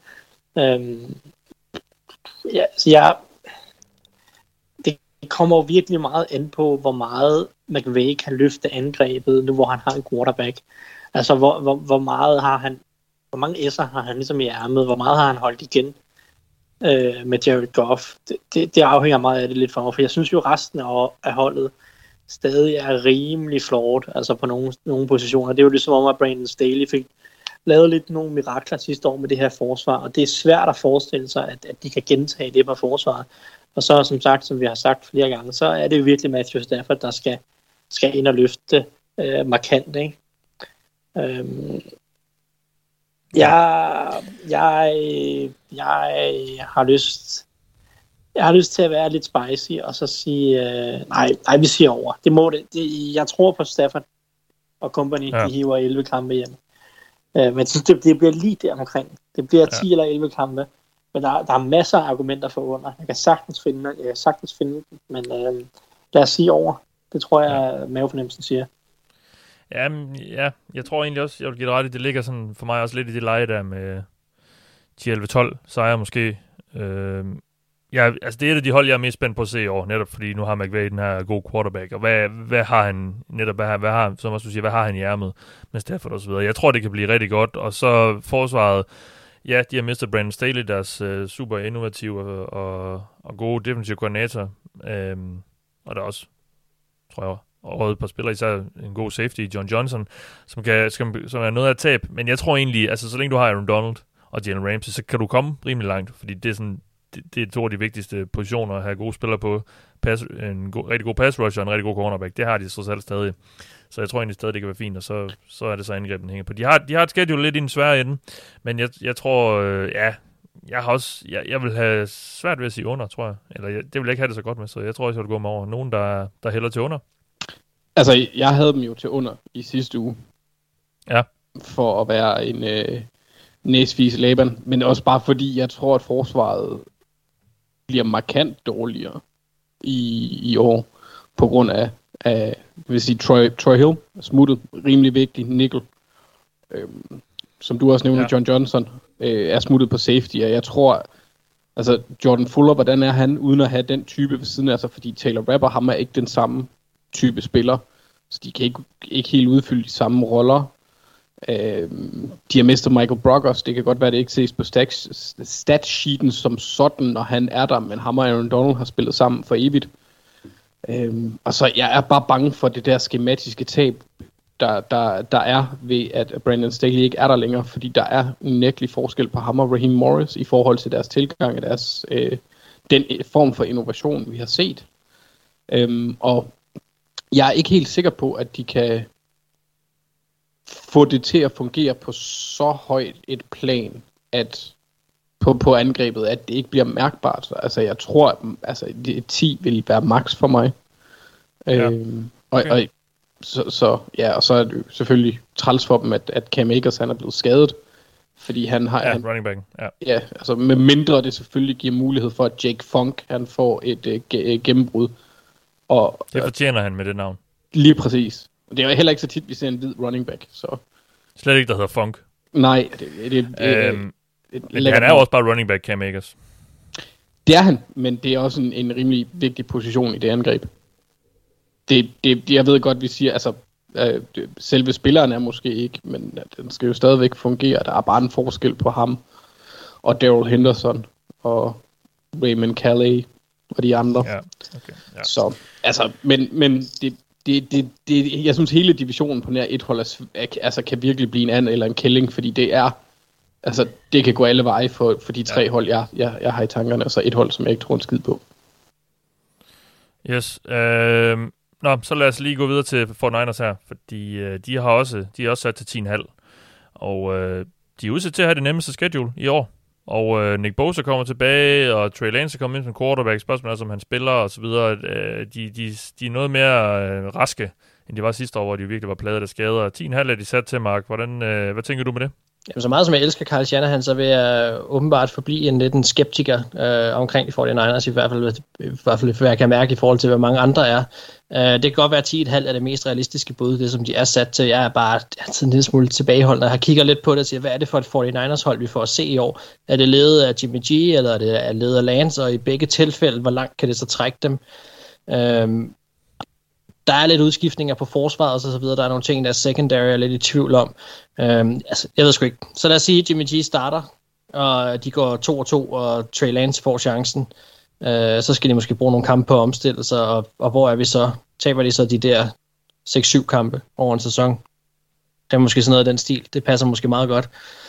Det kommer jo virkelig meget an på, hvor meget McVay kan løfte angrebet, nu hvor han har en quarterback. Altså, hvor meget har han, hvor mange S'er har han ligesom i ærmet, hvor meget har han holdt igen med Jared Goff. Det afhænger meget af det lidt for mig, for jeg synes jo, resten af holdet stadig er rimelig flawed, altså på nogle positioner. Det er jo ligesom om, at Brandon Staley fik lavet lidt nogle mirakler sidste år med det her forsvar, og det er svært at forestille sig, at de kan gentage det på forsvaret. Og så som sagt, som vi har sagt flere gange, så er det jo virkelig Matthew Stafford, der skal ind og løfte markant, ikke? Jeg har lyst til at være lidt spicy, og så sige, nej, vi siger over. Jeg tror på Stafford og company, de hiver 11 kampe hjem. Men jeg synes, det bliver lige der omkring. Det bliver 10 eller 11 kampe, men der er masser af argumenter for under. Jeg kan sagtens finde dem, men lad os sige over. Det tror jeg, mavefornemmelsen siger. Ja, jeg tror egentlig også, jeg vil give det ret i, det ligger sådan for mig også lidt i det leje der med 10-11-12 sejre måske. Altså det er et af de hold, jeg er mest spændt på at se i år, netop fordi nu har McVay den her gode quarterback, og hvad har han netop, hvad har, som også du siger, hvad har han i ærmet med Stafford og så videre. Jeg tror, det kan blive rigtig godt, og så forsvaret, ja, de har mistet Brandon Staley, deres super innovative og gode defensive koordinator, og der også, tror jeg, og et par spillere, især en god safety, John Johnson, som er noget af et tab, men jeg tror egentlig, altså så længe du har Aaron Donald og Jalen Ramsey, så kan du komme rimelig langt, fordi det er sådan, det er to af de vigtigste positioner at have gode spillere på. Rigtig god pass rusher og en rigtig god cornerback. Det har de så selv stadig. Så jeg tror egentlig stadig, det kan være fint, og så er det så angrebet, den hænger på. De har et schedule lidt i den svære ende, men jeg tror, jeg har også, jeg vil have svært ved at sige under, tror jeg. Eller det vil jeg ikke have det så godt med, så jeg tror også, jeg vil gå med over. Nogen, der hælder til under. Altså, jeg havde dem jo til under i sidste uge. Ja. For at være en næsvis Laban, men også bare fordi, jeg tror, at forsvaret bliver markant dårligere i år, på grund af vil sige, Troy Hill er smuttet, rimelig vigtig, nickel. Som du også nævner, John Johnson er smuttet på safety, og jeg tror, altså Jordan Fuller, hvordan er han, uden at have den type ved siden af sig, fordi Taylor Rapper, ham er ikke den samme type spiller, så de kan ikke helt udfylde de samme roller. De har mistet Michael Brockers. Det kan godt være, at det ikke ses på statsheeten som sådan, når han er der, men ham og Aaron Donald har spillet sammen for evigt. Og så jeg er bare bange for det der skematiske tab, der er ved, at Brandon Staley ikke er der længere, fordi der er en nægtelig forskel på ham og Raheem Morris i forhold til deres tilgang og deres, den form for innovation, vi har set. Og jeg er ikke helt sikker på, at de kan få det til at fungere på så højt et plan, at på angrebet, at det ikke bliver mærkbart. Altså jeg tror, altså 10 vil være max for mig. Ja. Okay. Og så er det jo selvfølgelig træls for dem, at Cam Akers han er blevet skadet, fordi han har running back. Ja, altså med mindre det selvfølgelig giver mulighed for, at Jake Funk han får et gennembrud. Og det fortjener han med det navn. Lige præcis. Det er jo heller ikke så tit, vi ser en hvid running back. Så. Slet ikke, der hedder Funk. Nej, men han er jo også bare running back, Cam Akers. Det er han, men det er også en rimelig vigtig position i det angreb. Jeg ved godt, vi siger, altså selve spilleren er måske ikke, men den skal jo stadigvæk fungere. Der er bare en forskel på ham og Darrell Henderson og Raymond Calais og de andre. Ja, okay. Ja. Så, altså, men jeg synes hele divisionen på nær et hold altså, kan virkelig blive en and eller en kælling, fordi det er, altså det kan gå alle veje for de tre hold, jeg har i tankerne, og så et hold, som jeg ikke tror en skid på. Yes. Så lad os lige gå videre til 49ers her, fordi de er også sat til 10,5, og de er udsat til at have det nemmeste schedule i år. Og Nick Bosa kommer tilbage, og Trey Lance kommer ind som quarterback. Spørgsmålet er, som han spiller og så videre. De er noget mere raske, end de var sidste år, hvor de virkelig var plaget af skader. 10,5 er de sat til, Mark. Hvad tænker du med det? Jamen, så meget som jeg elsker Kyle Shanahan, så vil jeg åbenbart forblive en skeptiker omkring de 49ers, i hvert fald hvad jeg kan mærke i forhold til, hvad mange andre er. Det kan godt være, at 10,5 er det mest realistiske bud, det som de er sat til. Jeg er bare altid en lille smule tilbageholdende. Jeg kigger lidt på det og siger, hvad er det for et 49ers hold, vi får at se i år? Er det ledet af Jimmy G, eller er det ledet af Lance? Og i begge tilfælde, hvor langt kan det så trække dem? Der er lidt udskiftninger på forsvaret og så videre. Der er nogle ting, der er secondary og lidt i tvivl om. Jeg ved sgu ikke. Så lad os sige, at Jimmy G starter, og de går 2-2, og Trey Lance får chancen. Så skal de måske bruge nogle kampe på at omstille sig, og hvor er vi så? Taber de så de der 6-7 kampe over en sæson? Det er måske sådan noget af den stil. Det passer måske meget godt.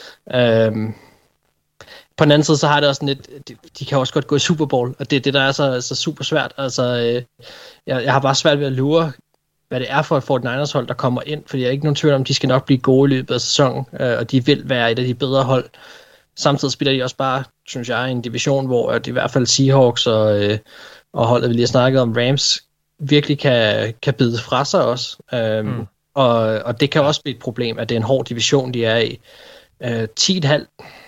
På den anden side, så har det også lidt, de kan også godt gå i Super Bowl, og det er det, der er så super svært. Altså, jeg har bare svært ved at lure, hvad det er for et 49ers hold, der kommer ind, fordi jeg er ikke nogen tvivl om, de skal nok blive gode i løbet af sæsonen, og de vil være et af de bedre hold. Samtidig spiller de også bare, synes jeg, en division, hvor i hvert fald Seahawks og holdet, vi lige har snakket om, Rams, virkelig kan bide fra sig også. Og det kan også blive et problem, at det er en hård division, de er i. 10,5.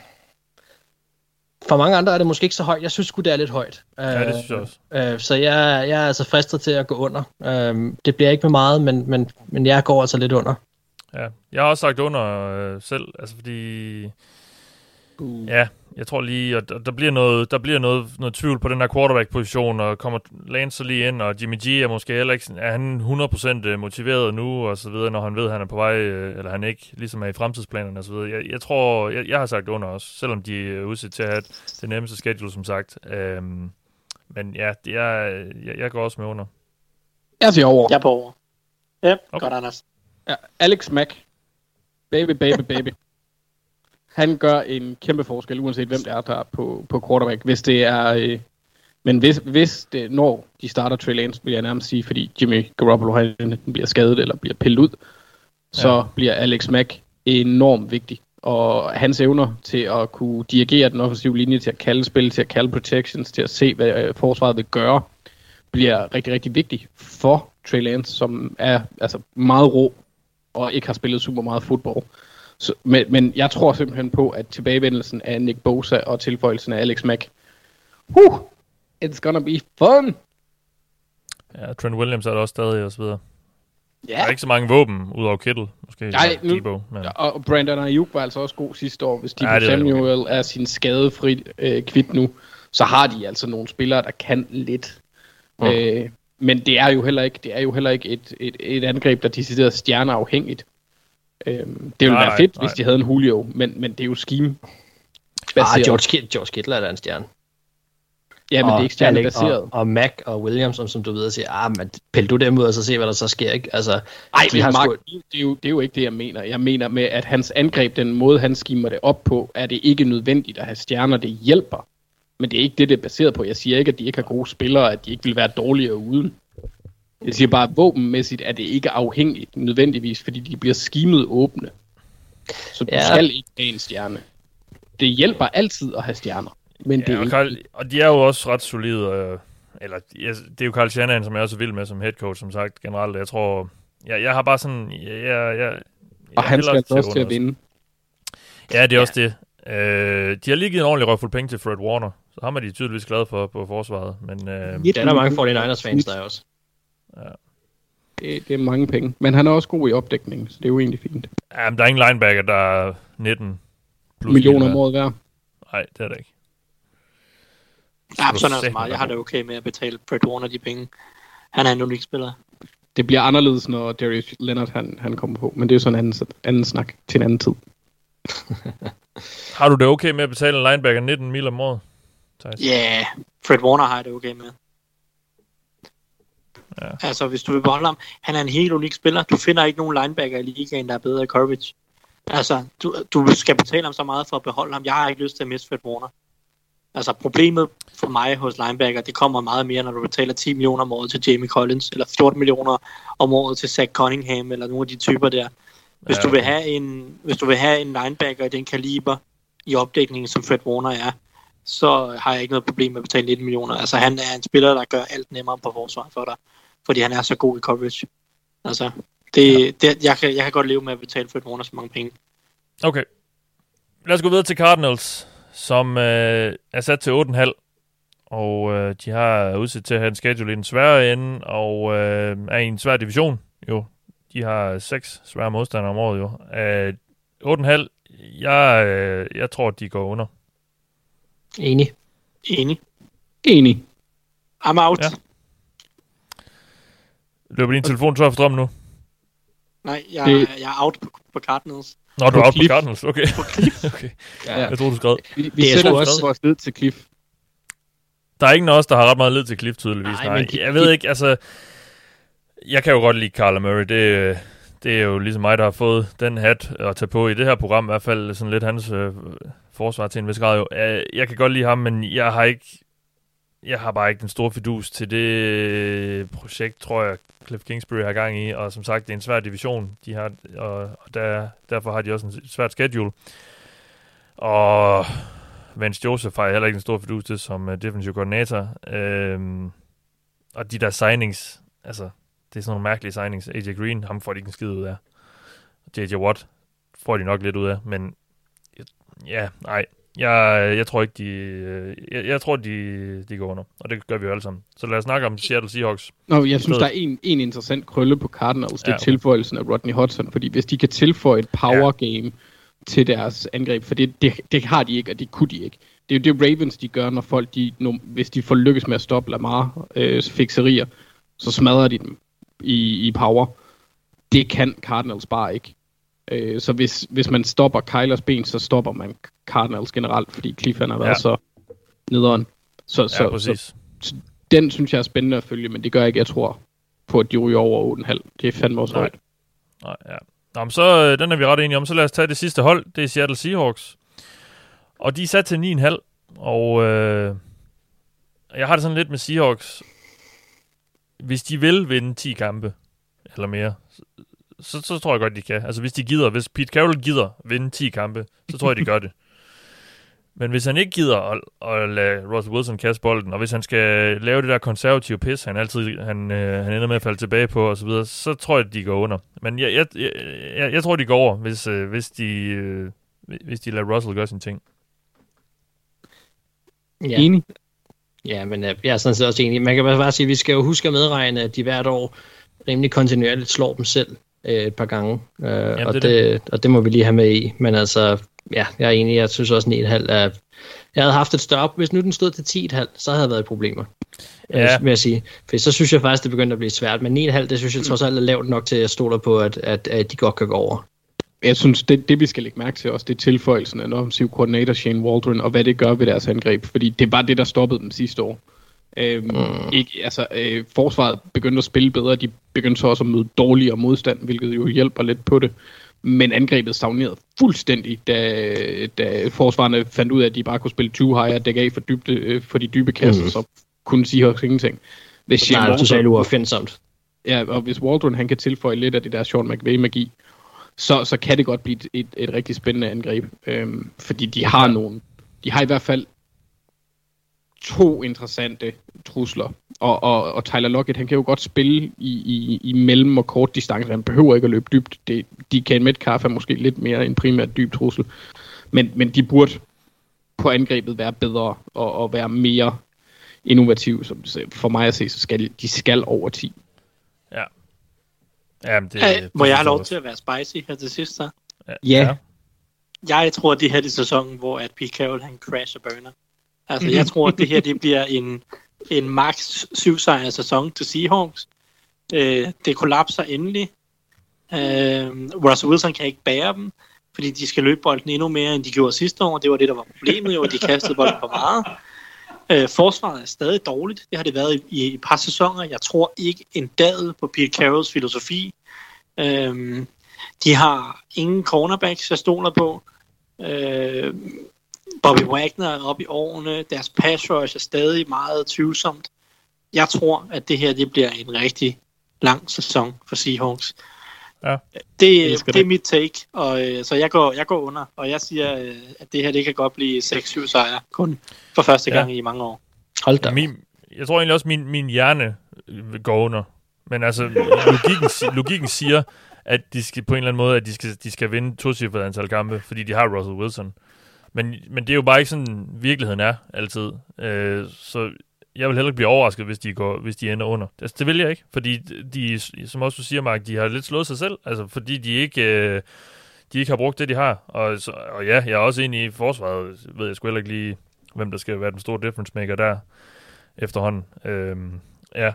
For mange andre er det måske ikke så højt. Jeg synes sgu, det er lidt højt. Ja, det synes jeg også. Så jeg er altså fristet til at gå under. Det bliver ikke med meget, men jeg går altså lidt under. Ja, jeg har også sagt under selv, altså fordi... Ja, jeg tror lige, at der bliver noget tvivl på den her quarterback-position, og kommer Lance så lige ind, og Jimmy G er måske heller ikke, er han 100% motiveret nu, og så videre, når han ved, at han er på vej, eller han ikke ligesom er i fremtidsplanerne, og så videre. Jeg tror, jeg har sagt under også, selvom de er udsat til at have det nemmeste schedule, som sagt. Men ja, jeg går også med under. Jeg siger over. Jeg er på over. Ja, okay. Godt, Anders. Ja, Alex Mack. Baby. Han gør en kæmpe forskel, uanset hvem det er, der er på quarterback. Hvis det er... men hvis det, når de starter Trey Lance, vil jeg nærmest sige, fordi Jimmy Garoppolo han bliver skadet eller bliver pillet ud, så bliver Alex Mack enormt vigtig. Og hans evner til at kunne dirigere den offensive linje, til at kalde spil, til at kalde protections, til at se, hvad forsvaret vil gøre, bliver rigtig, rigtig vigtig for Trey Lance, som er altså meget rå og ikke har spillet super meget fodbold. Men jeg tror simpelthen på, at tilbagevendelsen af Nick Bosa og tilføjelsen af Alex Mack, it's gonna be fun! Ja, Trent Williams er der også stadig og så videre. Ja. Der er ikke så mange våben, udover Kittle, måske. Nej, nu, Debo, men... og Brandon Ayuk var altså også god sidste år. Hvis Deebo Samuel er sin skadefri kvit nu, så har de altså nogle spillere, der kan lidt. Men det er jo heller ikke et angreb, der decideret stjerneafhængigt. Det ville være fedt, hvis de havde en Julio, men det er jo scheme. George Kittle er der en stjerne. Ja, men det er ikke stjernebaseret. Og Mac og Williams, som du ved, siger, men pæl du dem ud, og så se, hvad der så sker, ikke? Altså, det er jo ikke det, jeg mener. Jeg mener med, at hans angreb, den måde, han skimer det op på, er det ikke nødvendigt at have stjerner, det hjælper. Men det er ikke det er baseret på. Jeg siger ikke, at de ikke har gode spillere, at de ikke vil være dårligere uden. Jeg siger bare, at våbenmæssigt er det ikke afhængigt nødvendigvis, fordi de bliver skimet åbne. Så du skal ikke have en stjerne. Det hjælper altid at have stjerner. Men det og de er jo også ret solide. Eller det er jo Kyle Shanahan, som jeg er så vild med som head coach, som sagt generelt. Jeg tror, jeg har bare sådan... og han skal også til at vinde. Ja, det er også det. De har lige givet en ordentlig røvfuld penge til Fred Warner, så ham er de tydeligvis glade for på forsvaret. Men, der er mange 49ers-fans, der er også. Ja. Det er mange penge. Men han er også god i opdækningen, så det er jo egentlig fint. Ja, men der er ingen linebacker, der er 19 millioner om året værd. Nej, det er det ikke. Ja, sådan er det meget. Jeg har det okay med at betale Fred Warner de penge. Han er en unik spiller. Det bliver anderledes, når Darius Leonard han kommer på, men det er jo sådan en anden snak til en anden tid. Har du det okay med at betale en linebacker 19 mil om året? Ja, Fred Warner har jeg det okay med. Ja. Altså, hvis du vil beholde ham, han er en helt unik spiller. Du finder ikke nogen linebacker i ligaen, der er bedre i coverage. Altså, du skal betale ham så meget for at beholde ham. Jeg har ikke lyst til at miste Fred Warner. Altså, problemet for mig hos linebacker, det kommer meget mere, når du betaler 10 millioner om året til Jamie Collins, eller 14 millioner om året til Zach Cunningham, eller nogle af de typer der. Hvis du vil have en linebacker i den kaliber i opdækningen, som Fred Warner er, så har jeg ikke noget problem med at betale 19 millioner. Altså, han er en spiller, der gør alt nemmere på forsvaret for dig, fordi han er så god i coverage. Altså, jeg kan godt leve med at betale Fred Warner så mange penge. Okay. Lad os gå videre til Cardinals, som er sat til 8,5. Og de har udsigt til at have en schedule i den svære ende, og er i en svær division, jo. De har 6 svære modstandere om året, jo. 8,5. Jeg tror, de går under. Enig. I'm out. Ja. Løber din telefon tør for strøm nu? Nej, jeg er out på Cardinals. Nå, du er out på Cardinals, okay. Okay. Ja. Jeg tror du skrev. Vi sætter også vores lid til Cliff. Der er ingen af os, der har ret meget lid til Cliff, tydeligvis. Nej. Jeg ved ikke, altså... Jeg kan jo godt lide Kyler Murray. Det er jo ligesom mig, der har fået den hat at tage på i det her program. I hvert fald sådan lidt hans forsvar til en vis grad. Jo. Jeg kan godt lide ham, men jeg har bare ikke den store fidus til det projekt, tror jeg, Cliff Kingsbury har gang i. Og som sagt, det er en svær division, de har, og derfor har de også en svært schedule. Og Vance Joseph har jeg heller ikke en stor fidus til som defensive koordinator. Og de der signings, altså... Det er sådan nogle mærkelige signings. AJ Green, ham får de ikke en skid ud af. JJ Watt får de nok lidt ud af, men jeg tror ikke, jeg tror, de går under, og det gør vi jo alle sammen. Så lad os snakke om Seattle Seahawks. Jeg synes, der er en interessant krølle på Cardinals, det er tilføjelsen af Rodney Hudson, fordi hvis de kan tilføje et power game til deres angreb, for det har de ikke, og det kunne de ikke. Det er jo det Ravens, de gør, når folk, hvis de får lykkes med at stoppe Lamar fikserier, så smadrer de dem i power. Det kan Cardinals bare ikke. Så hvis man stopper Kylers ben, så stopper man Cardinals generelt, fordi Cliff har været så nederen. Så den synes jeg er spændende at følge, men det gør ikke, jeg tror på, at de ryger over 8,5. Det er fandme også højt. Nej, ja. Nå, men så den er vi ret enige om. Så lad os tage det sidste hold. Det er Seattle Seahawks. Og de er sat til 9,5, og jeg har det sådan lidt med Seahawks. Hvis de vil vinde 10 kampe, eller mere, så tror jeg godt, de kan. Altså hvis Pete Carroll gider vinde 10 kampe, så tror jeg, de gør det. Men hvis han ikke gider at lade Russell Wilson kaste bolden, og hvis han skal lave det der konservative pis, han ender med at falde tilbage på, og så videre, så tror jeg, de går under. Men jeg tror, de går over, hvis de lader Russell gøre sine ting. Ja. Enig? Ja, men jeg er sådan set også enig. Man kan bare sige, at vi skal jo huske at medregne, at de hvert år rimelig kontinuerligt slår dem selv et par gange. Og det må vi lige have med i. Men altså, ja, jeg er enig. Jeg synes også 9,5 er... Jeg havde haft et større... Hvis nu den stod til 10,5, så havde der været problemer. Ja. Vil jeg sige. For så synes jeg faktisk, det begynder at blive svært. Men 9,5, det synes jeg trods alt er lavt nok til, at jeg stoler på, at de godt kan gå over. Jeg synes, det vi skal lægge mærke til også, det er tilføjelsen af en offensiv koordinator, Shane Waldron, og hvad det gør ved deres angreb. Fordi det var det, der stoppede dem sidste år. Forsvaret begyndte at spille bedre, de begyndte så også at møde dårligere modstand, hvilket jo hjælper lidt på det. Men angrebet stagnerede fuldstændig, da forsvarerne fandt ud af, at de bare kunne spille too high og dække af for de dybe kasser, så kunne Seahawks ingenting. Det er totalt uopfindsomt. Ja, og hvis Waldron han kan tilføje lidt af det der Sean McVay-magi, så kan det godt blive et rigtig spændende angreb. Fordi de har i hvert fald 2 interessante trusler. Og Tyler Lockett, han kan jo godt spille i mellem- og kort distance. Han behøver ikke at løbe dybt. DK Metcalf er måske lidt mere en primært dyb trussel. Men de burde på angrebet være bedre og være mere innovative. For mig at se, så skal over 10. Ja. Må jeg have lov til at være spicy her til sidst, så? Ja. Jeg tror, at det her er sæsonen, hvor at Pete Carroll han crasher burner. Altså, jeg tror, at det her det bliver en max 7-sejrs sæson til Seahawks. Det kollapser endelig. Russell Wilson kan ikke bære dem, fordi de skal løbe bolden endnu mere, end de gjorde sidste år. Det var det, der var problemet, jo, de kastede bolden for meget. Forsvaret er stadig dårligt. Det har det været i et par sæsoner. Jeg tror ikke en dadel på Pete Carrolls filosofi. De har ingen cornerbacks, jeg stoler på. Bobby Wagner er oppe i årene. Deres pass rush er stadig meget tvivlsomt. Jeg tror, at det her det bliver en rigtig lang sæson for Seahawks. Ja, det er mit take, og så jeg går under, og jeg siger, at det her det kan godt blive 6-7 sejre kun for første gang i mange år. Hold da. Jeg tror egentlig også, min hjerne går under. Men altså, logikken siger, at de skal på en eller anden måde, at de skal vinde 2-cifret antal kampe, fordi de har Russell Wilson. Men det er jo bare ikke sådan, virkeligheden er altid. Så jeg vil heller ikke blive overrasket, hvis de ender under. Altså, det vil jeg ikke, fordi de, som også du siger, Mark, de har lidt slået sig selv, altså fordi de ikke har brugt det, de har. Og ja, jeg er også enig i forsvaret, ved jeg sgu heller ikke lige, hvem der skal være den store difference maker der efterhånden. Jeg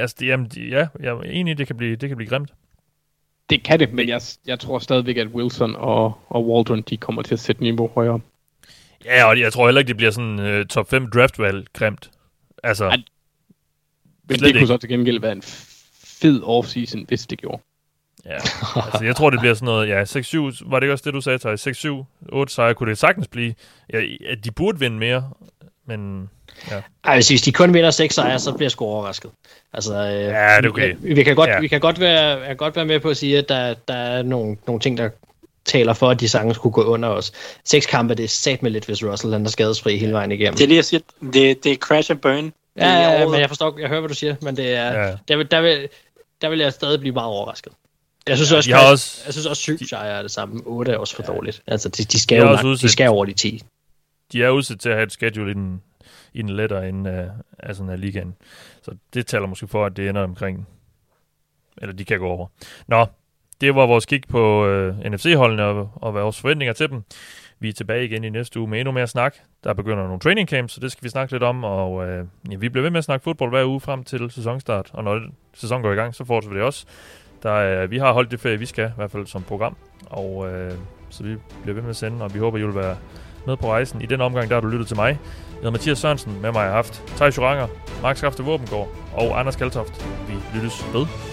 er enig i, det kan blive grimt. Det kan det, men jeg tror stadigvæk, at Wilson og Waldron, de kommer til at sætte niveau højere. Ja, og jeg tror heller ikke, det bliver sådan top 5 draftvalg grimt. Altså, men det kunne så til gengæld være en fed offseason, hvis det gjorde. Ja, altså jeg tror, det bliver sådan noget, 6-7, var det ikke også det, du sagde, Thijs? 6-7, 8 sejre kunne det sagtens blive. Ja, at de burde vinde mere, men ja. Ej, hvis de kun vinder 6 sejre, så bliver jeg sgu overrasket. Altså, ja, det er okay. Vi kan godt være med på at sige, at der er nogle ting, der taler for, at de sagtens kunne gå under os. 6 kampe, det er sat med lidt, hvis Russell er skadesfri hele vejen igennem. Det er lige at sige, det er crash and burn. Ja, men jeg hører, hvad du siger, men det er, der vil jeg stadig blive meget overrasket. Jeg synes også 7 sejre er det samme. 8 er også for dårligt. Altså, de skal over de 10. De er udsat til at have et schedule i den lettere ende af sådan en ligaen. Så det taler måske for, at det ender omkring, eller de kan gå over. Nå, det var vores kig på NFC-holdene og vores forventninger til dem. Vi er tilbage igen i næste uge med endnu mere snak. Der begynder nogle training camps, så det skal vi snakke lidt om. Og vi bliver ved med at snakke fodbold hver uge frem til sæsonstart. Og når sæsonen går i gang, så fortsætter vi det også. Vi har holdt det ferie, vi skal, i hvert fald som program. Og så vi bliver ved med at sende, og vi håber, I vil være med på rejsen. I den omgang, der har du lyttet til mig. Jeg hedder Mathias Sørensen, med mig har haft Thijs Joranger, Mark Skafte Våbengård og Anders Kaltoft. Vi lyttes ved.